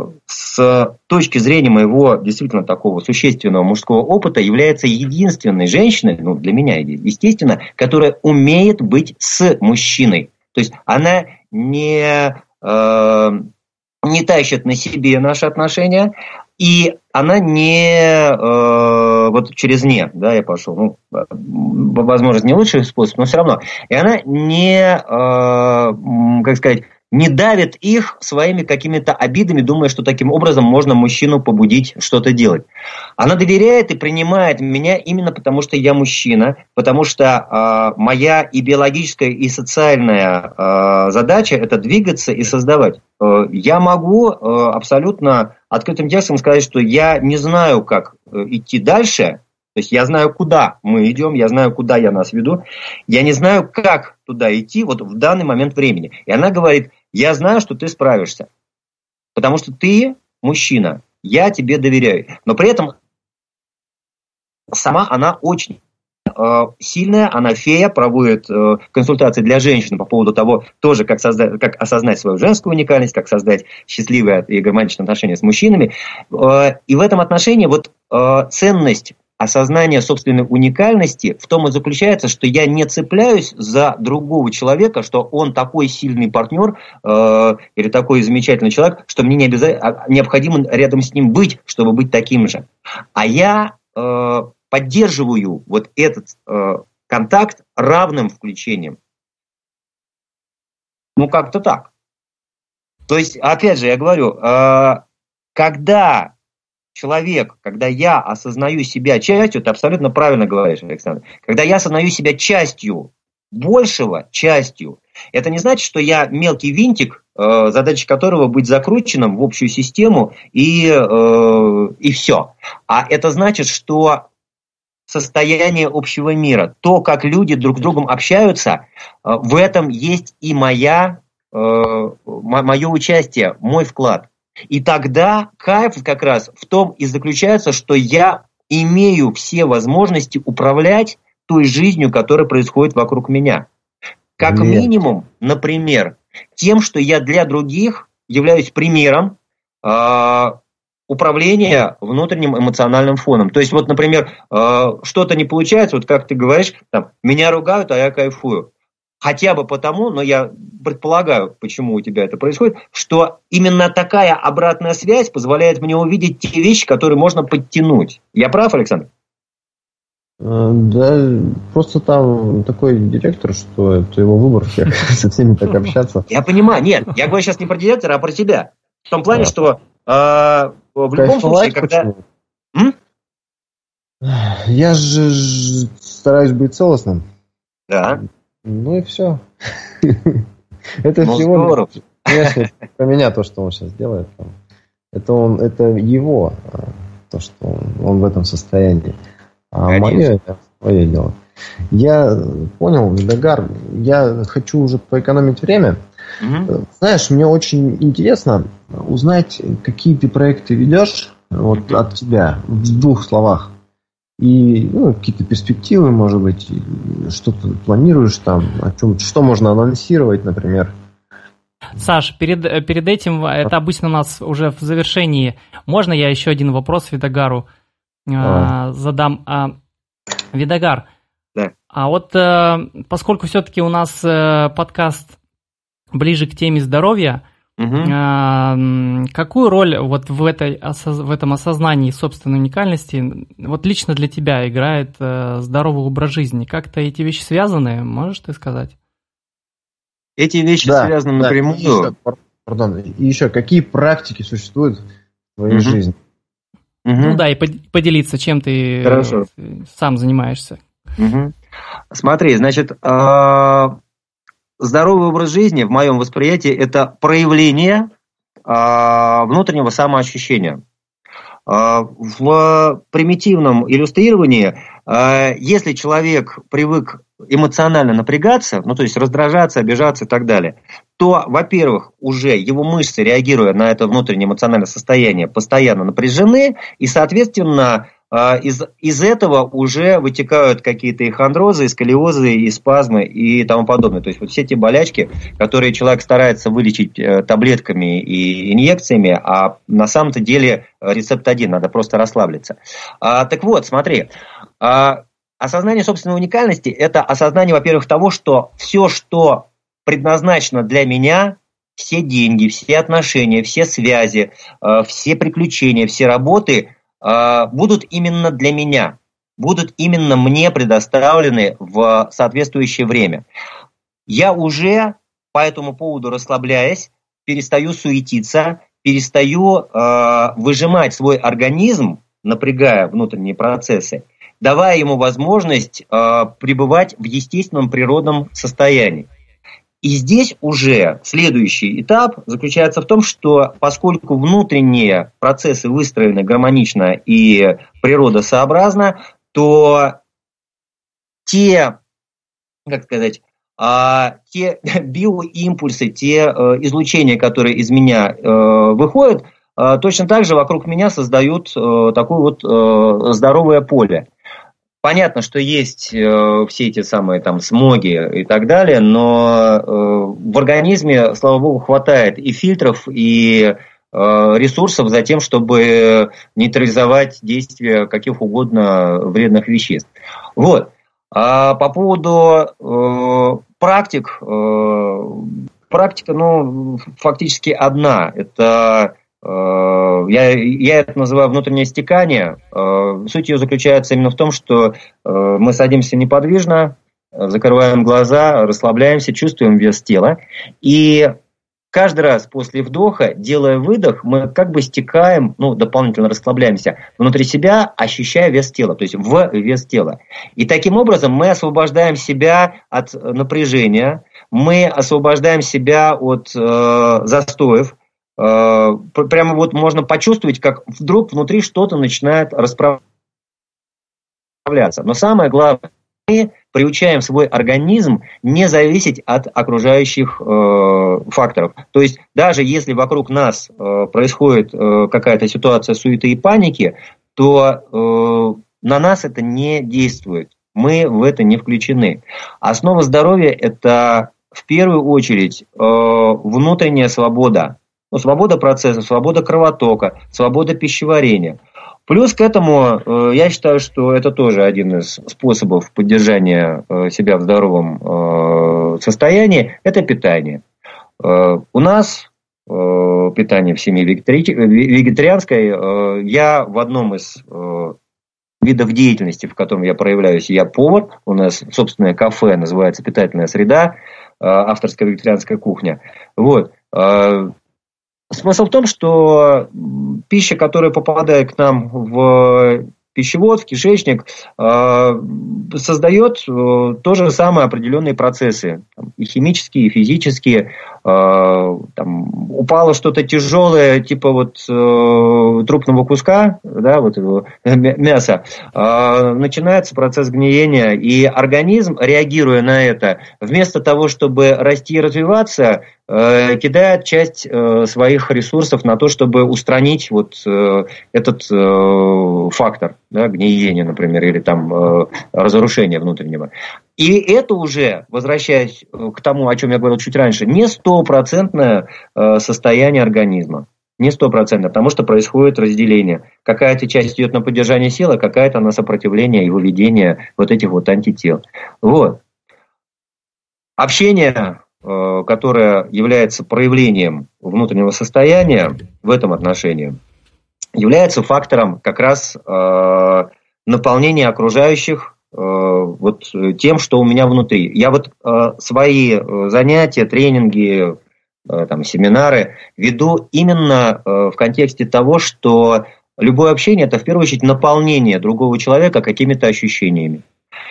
[SPEAKER 1] с точки зрения моего действительно такого существенного мужского опыта, является единственной женщиной, ну для меня естественно, которая умеет быть с мужчиной. То есть она не, не тащит на себе наши отношения, и она не э, вот через «не», да, я пошел, ну, возможно, не лучший способ, но все равно. И она не, э, как сказать, не давит их своими какими-то обидами, думая, что таким образом можно мужчину побудить что-то делать. Она доверяет и принимает меня именно потому, что я мужчина, потому что э, моя и биологическая, и социальная э, задача – это двигаться и создавать. Э, я могу э, абсолютно открытым текстом сказать, что я не знаю, как э, идти дальше. То есть я знаю, куда мы идем, я знаю, куда я нас веду. Я не знаю, как туда идти вот в данный момент времени. И она говорит: я знаю, что ты справишься, потому что ты мужчина, я тебе доверяю. Но при этом сама она очень э, сильная, она фея, проводит э, консультации для женщин по поводу того, тоже как, создать, как осознать свою женскую уникальность, как создать счастливые и гармоничные отношения с мужчинами. Э, и в этом отношении вот э, ценность осознание собственной уникальности в том и заключается, что я не цепляюсь за другого человека, что он такой сильный партнер э, или такой замечательный человек, что мне не обязательно, необходимо рядом с ним быть, чтобы быть таким же. А я э, поддерживаю вот этот э, контакт равным включением. Ну, как-то так. То есть, опять же, я говорю, э, когда... человек, когда я осознаю себя частью, ты абсолютно правильно говоришь, Александр, когда я осознаю себя частью большего, частью, это не значит, что я мелкий винтик, э, задача которого быть закрученным в общую систему и, э, и все. А это значит, что состояние общего мира, то, как люди друг с другом общаются, э, в этом есть и моя, э, мое участие, мой вклад. И тогда кайф как раз в том и заключается, что я имею все возможности управлять той жизнью, которая происходит вокруг меня. Как Нет. минимум, например, тем, что я для других являюсь примером э, управления внутренним эмоциональным фоном. То есть, вот, например, э, что-то не получается, вот как ты говоришь, там, меня ругают, а я кайфую. Хотя бы потому, но я предполагаю, почему у тебя это происходит, что именно такая обратная связь позволяет мне увидеть те вещи, которые можно подтянуть. Я прав, Александр?
[SPEAKER 2] Да, просто там такой директор, что это его выбор, со всеми так общаться.
[SPEAKER 1] Я понимаю, нет, я говорю сейчас не про директора, а про тебя. В том плане, что в любом случае, когда...
[SPEAKER 2] Я же стараюсь быть целостным.
[SPEAKER 1] Да.
[SPEAKER 2] Ну и все. Это ну, всего лишь, конечно, про меня то, что он сейчас делает. Это он, это его, то, что он, он в этом состоянии. А мое это свое дело. Я понял, Видагар, я хочу уже поэкономить время. Угу. Знаешь, мне очень интересно узнать, какие ты проекты ведешь вот, от тебя в двух словах. И ну, какие-то перспективы, может быть, что-то планируешь там, о чем, что можно анонсировать, например.
[SPEAKER 3] Саш, перед, перед этим, это обычно у нас уже в завершении. Можно я еще один вопрос Видогару э, задам? А, Видогар,
[SPEAKER 1] да.
[SPEAKER 3] А вот э, поскольку все-таки у нас э, подкаст ближе к теме здоровья, угу. э, какую роль вот в, этой, в этом осознании собственной уникальности вот лично для тебя играет э, здоровый образ жизни? Как-то эти вещи связаны, можешь ты сказать?
[SPEAKER 1] Эти вещи
[SPEAKER 2] да,
[SPEAKER 1] связаны
[SPEAKER 2] да.
[SPEAKER 1] напрямую.
[SPEAKER 2] И еще, пардон, и еще, какие практики существуют в твоей угу. жизни?
[SPEAKER 3] Угу. Ну да, и поделиться, чем ты
[SPEAKER 1] Хорошо.
[SPEAKER 3] сам занимаешься.
[SPEAKER 1] Угу. Смотри, значит, здоровый образ жизни в моем восприятии – это проявление внутреннего самоощущения. В примитивном иллюстрировании, если человек привык эмоционально напрягаться, ну то есть раздражаться, обижаться и так далее, то, во-первых, уже его мышцы, реагируя на это внутреннее эмоциональное состояние, постоянно напряжены, и, соответственно, из, из этого уже вытекают какие-то и хондрозы, и сколиозы, и спазмы и тому подобное. То есть вот все те болячки, которые человек старается вылечить таблетками и инъекциями, а на самом-то деле рецепт один, надо просто расслабиться. А, так вот, смотри, а, осознание собственной уникальности – это осознание, во-первых, того, что все, что предназначено для меня, все деньги, все отношения, все связи, все приключения, все работы – будут именно для меня, будут именно мне предоставлены в соответствующее время. Я уже по этому поводу расслабляясь, перестаю суетиться, перестаю э, выжимать свой организм, напрягая внутренние процессы, давая ему возможность э, пребывать в естественном природном состоянии. И здесь уже следующий этап заключается в том, что поскольку внутренние процессы выстроены гармонично и природосообразно, то те, как сказать, те биоимпульсы, те излучения, которые из меня выходят, точно так же вокруг меня создают такое вот здоровое поле. Понятно, что есть э, все эти самые там смоги и так далее, но э, в организме, слава богу, хватает и фильтров, и э, ресурсов за тем, чтобы нейтрализовать действие каких угодно вредных веществ. Вот. А по поводу э, практик, э, практика, ну, фактически одна. Это Я, я это называю внутреннее стекание. Суть ее заключается именно в том, что мы садимся неподвижно, закрываем глаза, расслабляемся, чувствуем вес тела. И каждый раз после вдоха, делая выдох, мы как бы стекаем, ну, дополнительно расслабляемся внутри себя, ощущая вес тела, то есть в вес тела. И таким образом мы освобождаем себя от напряжения, мы освобождаем себя от э, застоев. Прямо вот можно почувствовать, как вдруг внутри что-то начинает расправляться. Но самое главное, мы приучаем свой организм не зависеть от окружающих э, факторов. То есть даже если вокруг нас э, происходит э, какая-то ситуация суеты и паники, то э, на нас это не действует. Мы в это не включены. Основа здоровья – это в первую очередь э, внутренняя свобода. Ну, свобода процесса, свобода кровотока, свобода пищеварения. Плюс к этому, э, я считаю, что это тоже один из способов поддержания э, себя в здоровом э, состоянии, это питание. Э, у нас э, питание в семье вегетари... вегетарианской. Э, я в одном из э, видов деятельности, в котором я проявляюсь, я повар. У нас собственное кафе, называется «Питательная среда», э, авторская вегетарианская кухня. Вот. Э, Смысл в том, что пища, которая попадает к нам в пищевод, в кишечник, создает то же самое определенные процессы, и химические, и физические. Там, упало что-то тяжелое, типа вот трупного куска, да, вот его мяса, начинается процесс гниения, и организм, реагируя на это, вместо того, чтобы расти и развиваться, э, кидает часть э, своих ресурсов на то, чтобы устранить вот э, этот э, фактор, да, гниения, например, или там э, разрушения внутреннего. И это уже, возвращаясь к тому, о чем я говорил чуть раньше, не стопроцентное э, состояние организма. Не стопроцентно, потому что происходит разделение. Какая-то часть идет на поддержание сил, а какая-то на сопротивление и выведение вот этих вот антител. Вот. Общение, э, которое является проявлением внутреннего состояния в этом отношении, является фактором как раз э, наполнения окружающих э, вот тем, что у меня внутри. Я вот э, свои занятия, тренинги, там, семинары веду именно э, в контексте того, что любое общение – это в первую очередь наполнение другого человека какими-то ощущениями.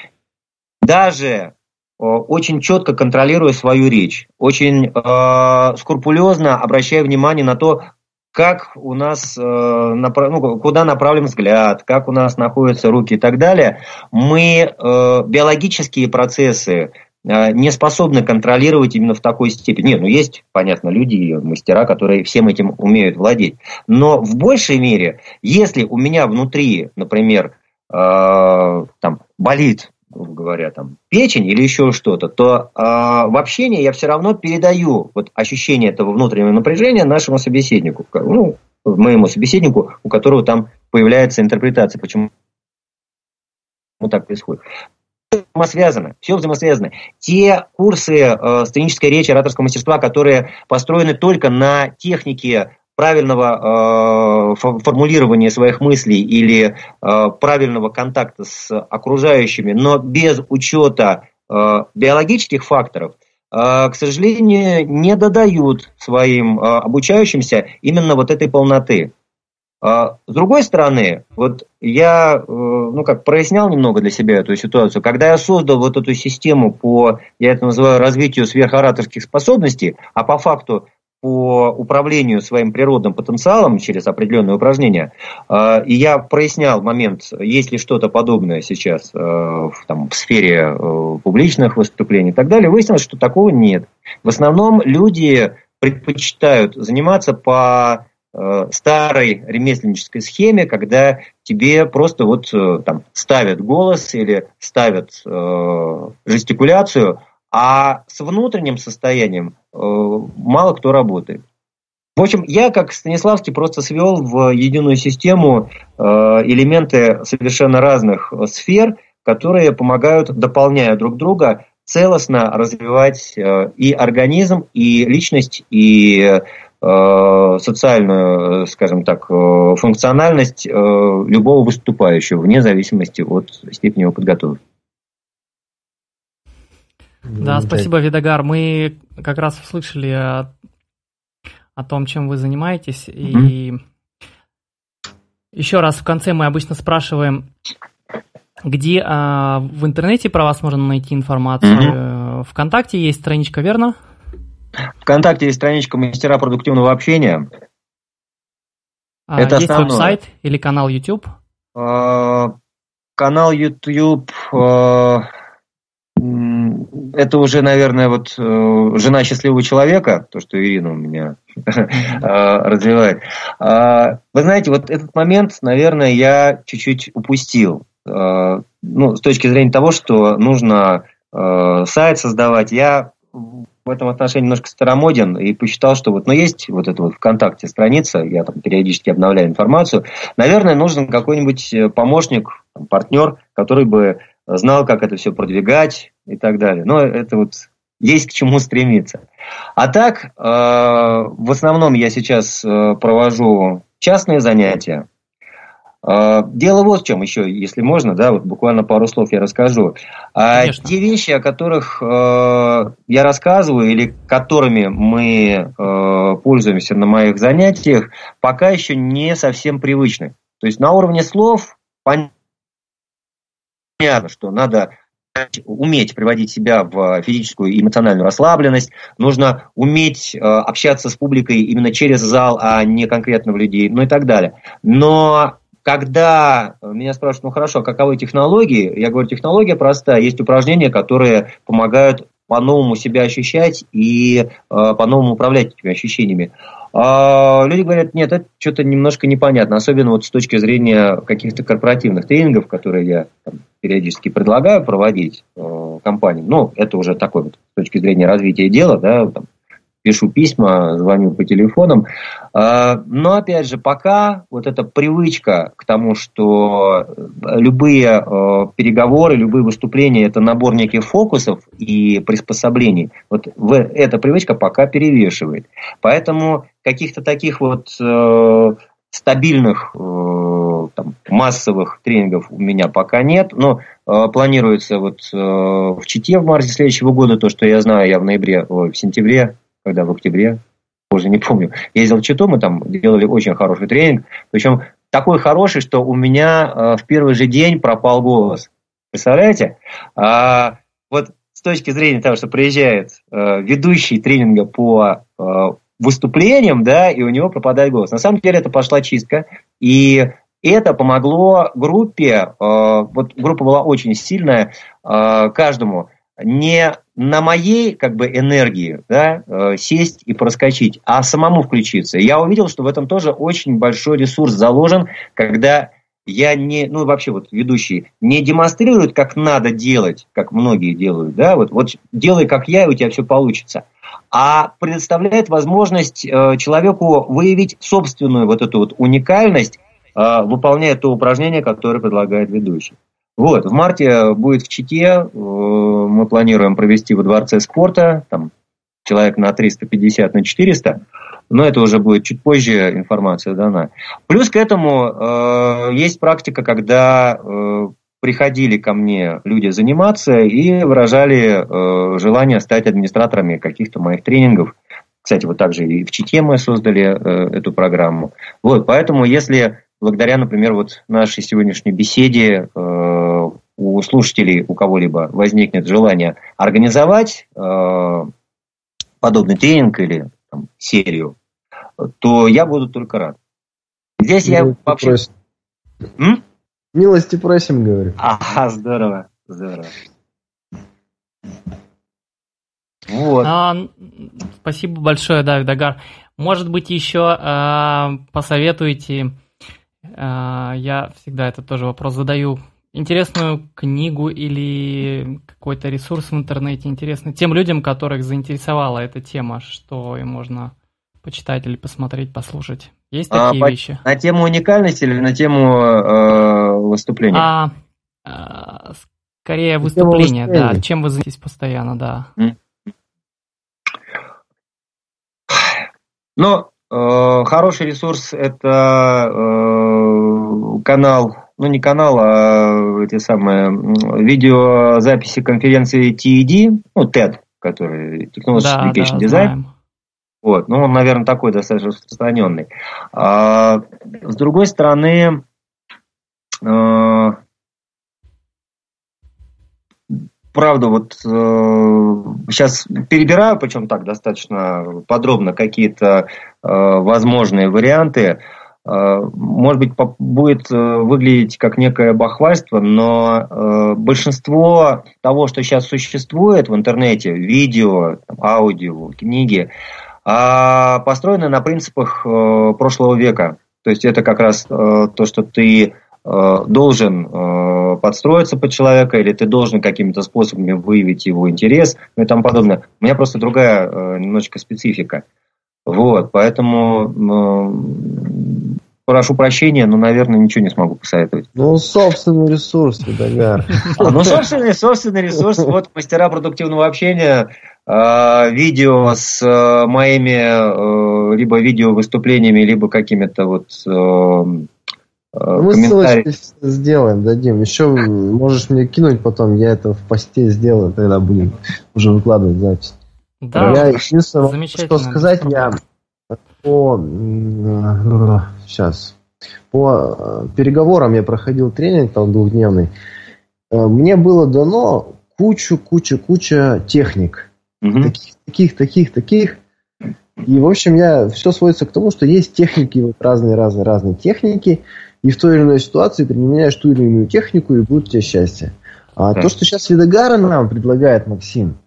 [SPEAKER 1] Даже э, очень четко контролируя свою речь, очень э, скрупулезно обращая внимание на то, как у нас, э, направ... ну, куда направлен взгляд, как у нас находятся руки и так далее, мы э, биологические процессы не способны контролировать именно в такой степени. Нет, ну есть, понятно, люди и мастера, которые всем этим умеют владеть. Но в большей мере, если у меня внутри, например, э, там, болит, грубо говоря, там, печень или еще что-то, то э, в общении я все равно передаю вот, ощущение этого внутреннего напряжения нашему собеседнику, ну, моему собеседнику, у которого там появляется интерпретация, почему так происходит. Взаимосвязано, все взаимосвязано. Те курсы э, сценической речи, ораторского мастерства, которые построены только на технике правильного э, формулирования своих мыслей или э, правильного контакта с окружающими, но без учета э, биологических факторов, э, к сожалению, не додают своим э, обучающимся именно вот этой полноты. С другой стороны, вот я, ну как, прояснял немного для себя эту ситуацию. Когда я создал вот эту систему по, я это называю, развитию сверхораторских способностей, а по факту по управлению своим природным потенциалом через определенные упражнения, и я прояснял момент, есть ли что-то подобное сейчас там, в сфере публичных выступлений и так далее, выяснилось, что такого нет. В основном люди предпочитают заниматься по старой ремесленнической схеме, когда тебе просто вот там ставят голос или ставят э, жестикуляцию, а с внутренним состоянием э, мало кто работает. В общем, я, как Станиславский, просто свел в единую систему э, элементы совершенно разных сфер, которые помогают, дополняя друг друга, целостно развивать э, и организм, и личность, и социальную, скажем так, функциональность любого выступающего, вне зависимости от степени его подготовки.
[SPEAKER 3] Да, спасибо, Видагар. Мы как раз услышали о, о том, чем вы занимаетесь. Mm-hmm. И еще раз в конце мы обычно спрашиваем, где а, в интернете про вас можно найти информацию. Mm-hmm. ВКонтакте есть страничка, верно?
[SPEAKER 1] ВКонтакте есть страничка «Мастера продуктивного общения».
[SPEAKER 3] А, это есть основное. Веб-сайт или канал YouTube?
[SPEAKER 1] А, канал YouTube, а, это уже, наверное, вот жена счастливого человека, то, что Ирина у меня развивает. Вы знаете, вот этот момент, наверное, я чуть-чуть упустил. Ну, с точки зрения того, что нужно сайт создавать, я в этом отношении немножко старомоден и посчитал, что вот, ну, есть вот эта вот ВКонтакте страница, я там периодически обновляю информацию. Наверное, нужен какой-нибудь помощник, там, партнер, который бы знал, как это все продвигать и так далее. Но это вот есть к чему стремиться. А так, э, в основном я сейчас э, провожу частные занятия. Дело вот в чем еще, если можно, да, вот буквально пару слов я расскажу. Конечно. Те вещи, о которых э, я рассказываю или которыми мы э, пользуемся на моих занятиях, пока еще не совсем привычны. То есть на уровне слов понятно, что надо уметь приводить себя в физическую и эмоциональную расслабленность, нужно уметь э, общаться с публикой именно через зал, а не конкретно в людей, ну и так далее. Но когда меня спрашивают, ну хорошо, каковы технологии, я говорю, технология простая, есть упражнения, которые помогают по-новому себя ощущать и по-новому управлять этими ощущениями. А люди говорят, нет, это что-то немножко непонятно, особенно вот с точки зрения каких-то корпоративных тренингов, которые я там периодически предлагаю проводить э, компаниям. Ну, это уже такой вот с точки зрения развития дела, да, там, пишу письма, звоню по телефонам. А, но, опять же, пока вот эта привычка к тому, что любые э, переговоры, любые выступления – это набор неких фокусов и приспособлений, вот в, эта привычка пока перевешивает. Поэтому каких-то таких вот э, стабильных э, там, массовых тренингов у меня пока нет, но э, планируется вот э, в Чите в марте следующего года, то, что я знаю, я в ноябре, ой, в сентябре, когда в октябре, уже не помню, ездил в Читу, мы там делали очень хороший тренинг, причем такой хороший, что у меня э, в первый же день пропал голос. Представляете? А, вот с точки зрения того, что приезжает э, ведущий тренинга по э, выступлениям, да, и у него пропадает голос. На самом деле это пошла чистка, и это помогло группе, э, вот группа была очень сильная, э, каждому не на моей как бы энергии, да, э, сесть и проскочить, а самому включиться. Я увидел, что в этом тоже очень большой ресурс заложен, когда я не, ну вообще вот ведущие не демонстрируют, как надо делать, как многие делают, да, вот, вот делай как я, и у тебя все получится, а предоставляет возможность э, человеку выявить собственную вот эту вот уникальность, э, выполняя то упражнение, которое предлагает ведущий. Вот, в марте будет в Чите, мы планируем провести во Дворце спорта, там человек на триста пятьдесят, на четыреста, но это уже будет чуть позже, информация дана. Плюс к этому э, есть практика, когда э, приходили ко мне люди заниматься и выражали э, желание стать администраторами каких-то моих тренингов. Кстати, вот также и в Чите мы создали э, эту программу. Вот, поэтому если благодаря, например, вот нашей сегодняшней беседе э, у слушателей, у кого-либо возникнет желание организовать э, подобный тренинг или там, серию, то я буду только рад. Здесь
[SPEAKER 2] Милости
[SPEAKER 1] я вообще...
[SPEAKER 2] Просим.
[SPEAKER 1] М?
[SPEAKER 2] Милости просим, говорю.
[SPEAKER 1] Ага, здорово, здорово. Вот.
[SPEAKER 3] А, спасибо большое, да, Видагар. Может быть, еще а, посоветуете, а, я всегда это тоже вопрос задаю, интересную книгу или какой-то ресурс в интернете интересный тем людям, которых заинтересовала эта тема, что им можно почитать или посмотреть, послушать. Есть такие
[SPEAKER 1] а, по,
[SPEAKER 3] вещи?
[SPEAKER 1] На тему уникальности или на тему э, выступления?
[SPEAKER 3] А, а, скорее выступление, да. Чем вы занимаетесь постоянно, да.
[SPEAKER 1] Mm. Ну, э, хороший ресурс – это э, канал, ну не канал, а эти самые видеозаписи конференции ти и ди, ну тед, который Technology
[SPEAKER 3] да,
[SPEAKER 1] Education
[SPEAKER 3] да,
[SPEAKER 1] Design.
[SPEAKER 3] Знаем.
[SPEAKER 1] Вот, ну он, наверное, такой достаточно распространенный. А, с другой стороны, э, правда, вот э, сейчас перебираю, причем так достаточно подробно, какие-то э, возможные варианты. Э, может быть, по- будет э, выглядеть как некое бахвальство, но э, большинство того, что сейчас существует в интернете, видео, там, аудио, книги, э, построено на принципах э, прошлого века. То есть это как раз э, то, что ты должен э, подстроиться под человека, или ты должен какими-то способами выявить его интерес, ну и тому подобное. У меня просто другая э, немножечко специфика. Вот, поэтому э, прошу прощения, но, наверное, ничего не смогу посоветовать.
[SPEAKER 2] Ну, собственный ресурс, Видагар.
[SPEAKER 1] А, ну, собственный, собственный ресурс, вот мастера продуктивного общения, э, видео с э, моими э, либо видео выступлениями, либо какими-то вот э,
[SPEAKER 2] Мы ссылочки сделаем, дадим. Еще можешь мне кинуть потом, я это в посте сделаю, тогда будем уже выкладывать запись.
[SPEAKER 3] Да,
[SPEAKER 2] я единственное, что сказать, я по сейчас по переговорам я проходил тренинг там двухдневный. Мне было дано кучу, кучу, куча техник. Mm-hmm. Таких, таких, таких, таких. И, в общем, я все сводится к тому, что есть техники, вот разные, разные, разные техники. И в той или иной ситуации применяешь ту или иную технику, и будет у тебя счастье. А да. То, что сейчас Видагара нам предлагает Максим,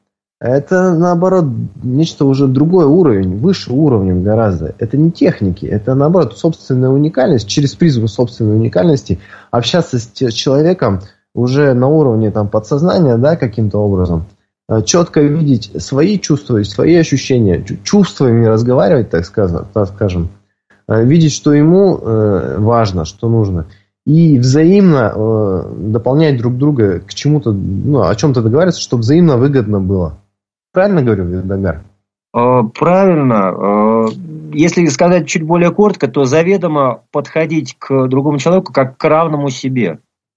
[SPEAKER 2] Это, наоборот, нечто уже другой уровень, выше уровнем гораздо. Это не техники, это, наоборот, собственная уникальность, через призму собственной уникальности общаться с человеком уже на уровне там, подсознания, да, каким-то образом. Четко видеть свои чувства, свои ощущения, чувствами разговаривать, так скажем, так скажем. Видеть, что ему важно, что нужно. И взаимно дополнять друг друга к чему-то, ну, о чем-то договариваться, чтобы взаимно выгодно было. Правильно говорю, Видагар?
[SPEAKER 1] Правильно. Если сказать чуть более коротко, то заведомо подходить к другому человеку как к равному себе.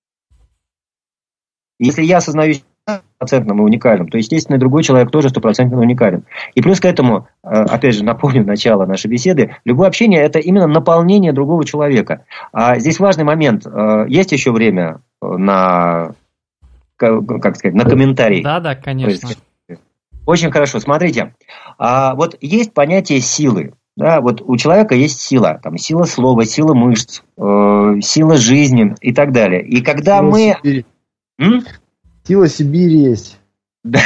[SPEAKER 1] Если я осознаюсь стопроцентным и уникальным, то, естественно, и другой человек тоже стопроцентно уникален. И плюс к этому, опять же, напомню начало нашей беседы, любое общение – это именно наполнение другого человека. А здесь важный момент. Есть еще время на, как сказать, на комментарий?
[SPEAKER 3] Да, да, конечно.
[SPEAKER 1] Очень хорошо. Смотрите, вот есть понятие силы. Да, вот у человека есть сила, там, сила слова, сила мышц, э, сила жизни и так далее. И когда сила мы...
[SPEAKER 2] Сибири. М? Сила Сибири есть.
[SPEAKER 1] Да.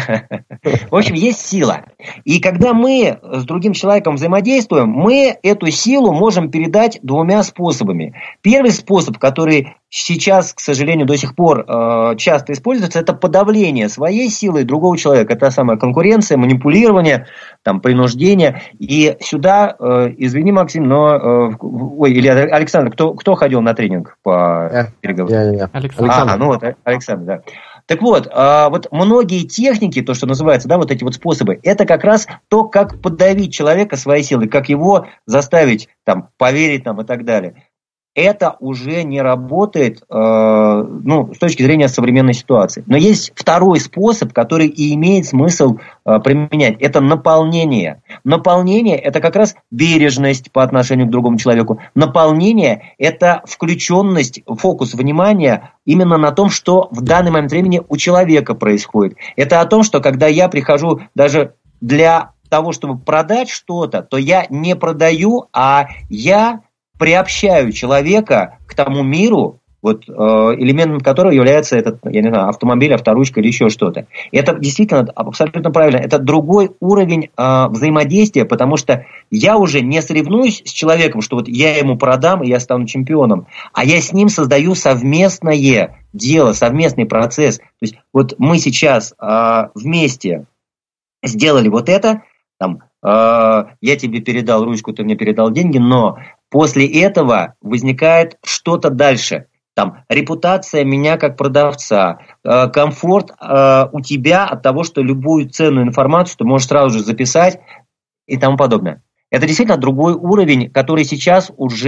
[SPEAKER 1] В общем, есть сила. И когда мы с другим человеком взаимодействуем, мы эту силу можем передать двумя способами. Первый способ, который сейчас, к сожалению, до сих пор э, часто используется, это подавление своей силы другого человека. Это самая конкуренция, манипулирование, там, принуждение. И сюда, э, извини, Максим, но... Э, ой, или Александр, кто, кто ходил на тренинг по переговорам?
[SPEAKER 2] Я, я, я.
[SPEAKER 3] Александр.
[SPEAKER 1] А, ну вот, Александр, да. Так вот, вот многие техники, то, что называется, да, вот эти вот способы, это как раз то, как подавить человека своей силой, как его заставить там, поверить нам и так далее. Это уже не работает, э, ну, с точки зрения современной ситуации. Но есть второй способ, который и имеет смысл э, применять. Это наполнение. Наполнение – это как раз бережность по отношению к другому человеку. Наполнение – это включенность, фокус внимания именно на том, что в данный момент времени у человека происходит. Это о том, что когда я прихожу даже для того, чтобы продать что-то, то я не продаю, а я... приобщаю человека к тому миру, вот, э, элементом которого является этот, я не знаю, автомобиль, авторучка или еще что-то. Это действительно абсолютно правильно. Это другой уровень э, взаимодействия, потому что я уже не соревнуюсь с человеком, что вот я ему продам, и я стану чемпионом, а я с ним создаю совместное дело, совместный процесс. То есть вот мы сейчас э, вместе сделали вот это, там, э, я тебе передал ручку, ты мне передал деньги, но после этого возникает что-то дальше. Там, репутация меня как продавца, э, комфорт э, у тебя от того, что любую ценную информацию ты можешь сразу же записать и тому подобное. Это действительно другой уровень, который сейчас уже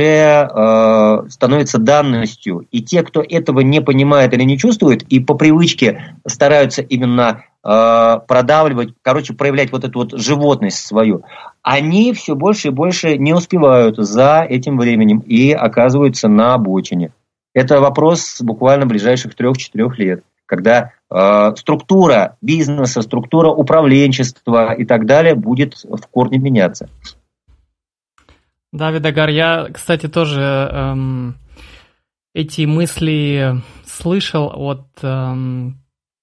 [SPEAKER 1] э, становится данностью. И те, кто этого не понимает или не чувствует, и по привычке стараются именно э, продавливать, короче, проявлять вот эту вот животность свою, они все больше и больше не успевают за этим временем и оказываются на обочине. Это вопрос буквально ближайших трех-четырех лет, когда э, структура бизнеса, структура управленчества и так далее будет в корне меняться.
[SPEAKER 3] Да, Видагар, я, кстати, тоже эм, эти мысли слышал от... Эм,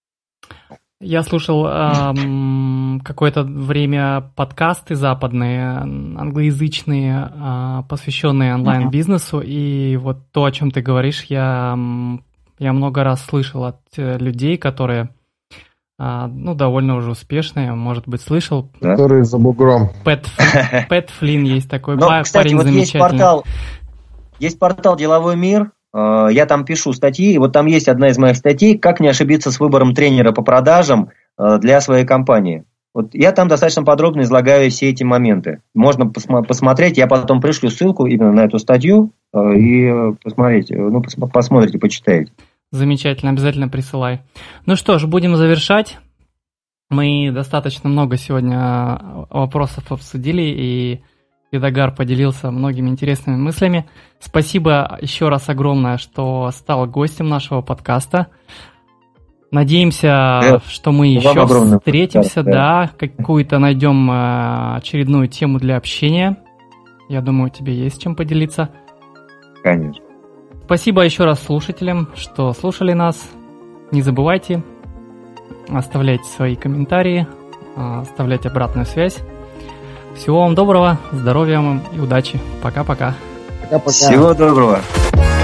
[SPEAKER 3] я слушал эм, какое-то время подкасты западные, англоязычные, э, посвященные онлайн-бизнесу, и вот то, о чем ты говоришь, я, я много раз слышал от людей, которые... ну, довольно уже успешные, может быть, слышал.
[SPEAKER 2] Да? Который за бугром.
[SPEAKER 3] Пэт, Пэт Флинн есть такой.
[SPEAKER 1] Но,
[SPEAKER 3] парень
[SPEAKER 1] кстати, вот
[SPEAKER 3] замечательный.
[SPEAKER 1] Есть портал, есть портал «Деловой мир», я там пишу статьи, и вот там есть одна из моих статей «Как не ошибиться с выбором тренера по продажам для своей компании». Вот я там достаточно подробно излагаю все эти моменты. Можно пос- посмотреть, я потом пришлю ссылку именно на эту статью, и посмотрите, ну, пос- посмотрите, почитаете.
[SPEAKER 3] Замечательно, обязательно присылай. Ну что ж, будем завершать. Мы достаточно много сегодня вопросов обсудили, и Видагар поделился многими интересными мыслями. Спасибо еще раз огромное, что стал гостем нашего подкаста. Надеемся, да, что мы еще встретимся, да, да, какую-то найдем очередную тему для общения. Я думаю, тебе есть чем поделиться.
[SPEAKER 1] Конечно.
[SPEAKER 3] Спасибо еще раз слушателям, что слушали нас. Не забывайте оставлять свои комментарии, оставлять обратную связь. Всего вам доброго, здоровья вам и удачи. Пока-пока.
[SPEAKER 1] Пока-пока. Всего доброго.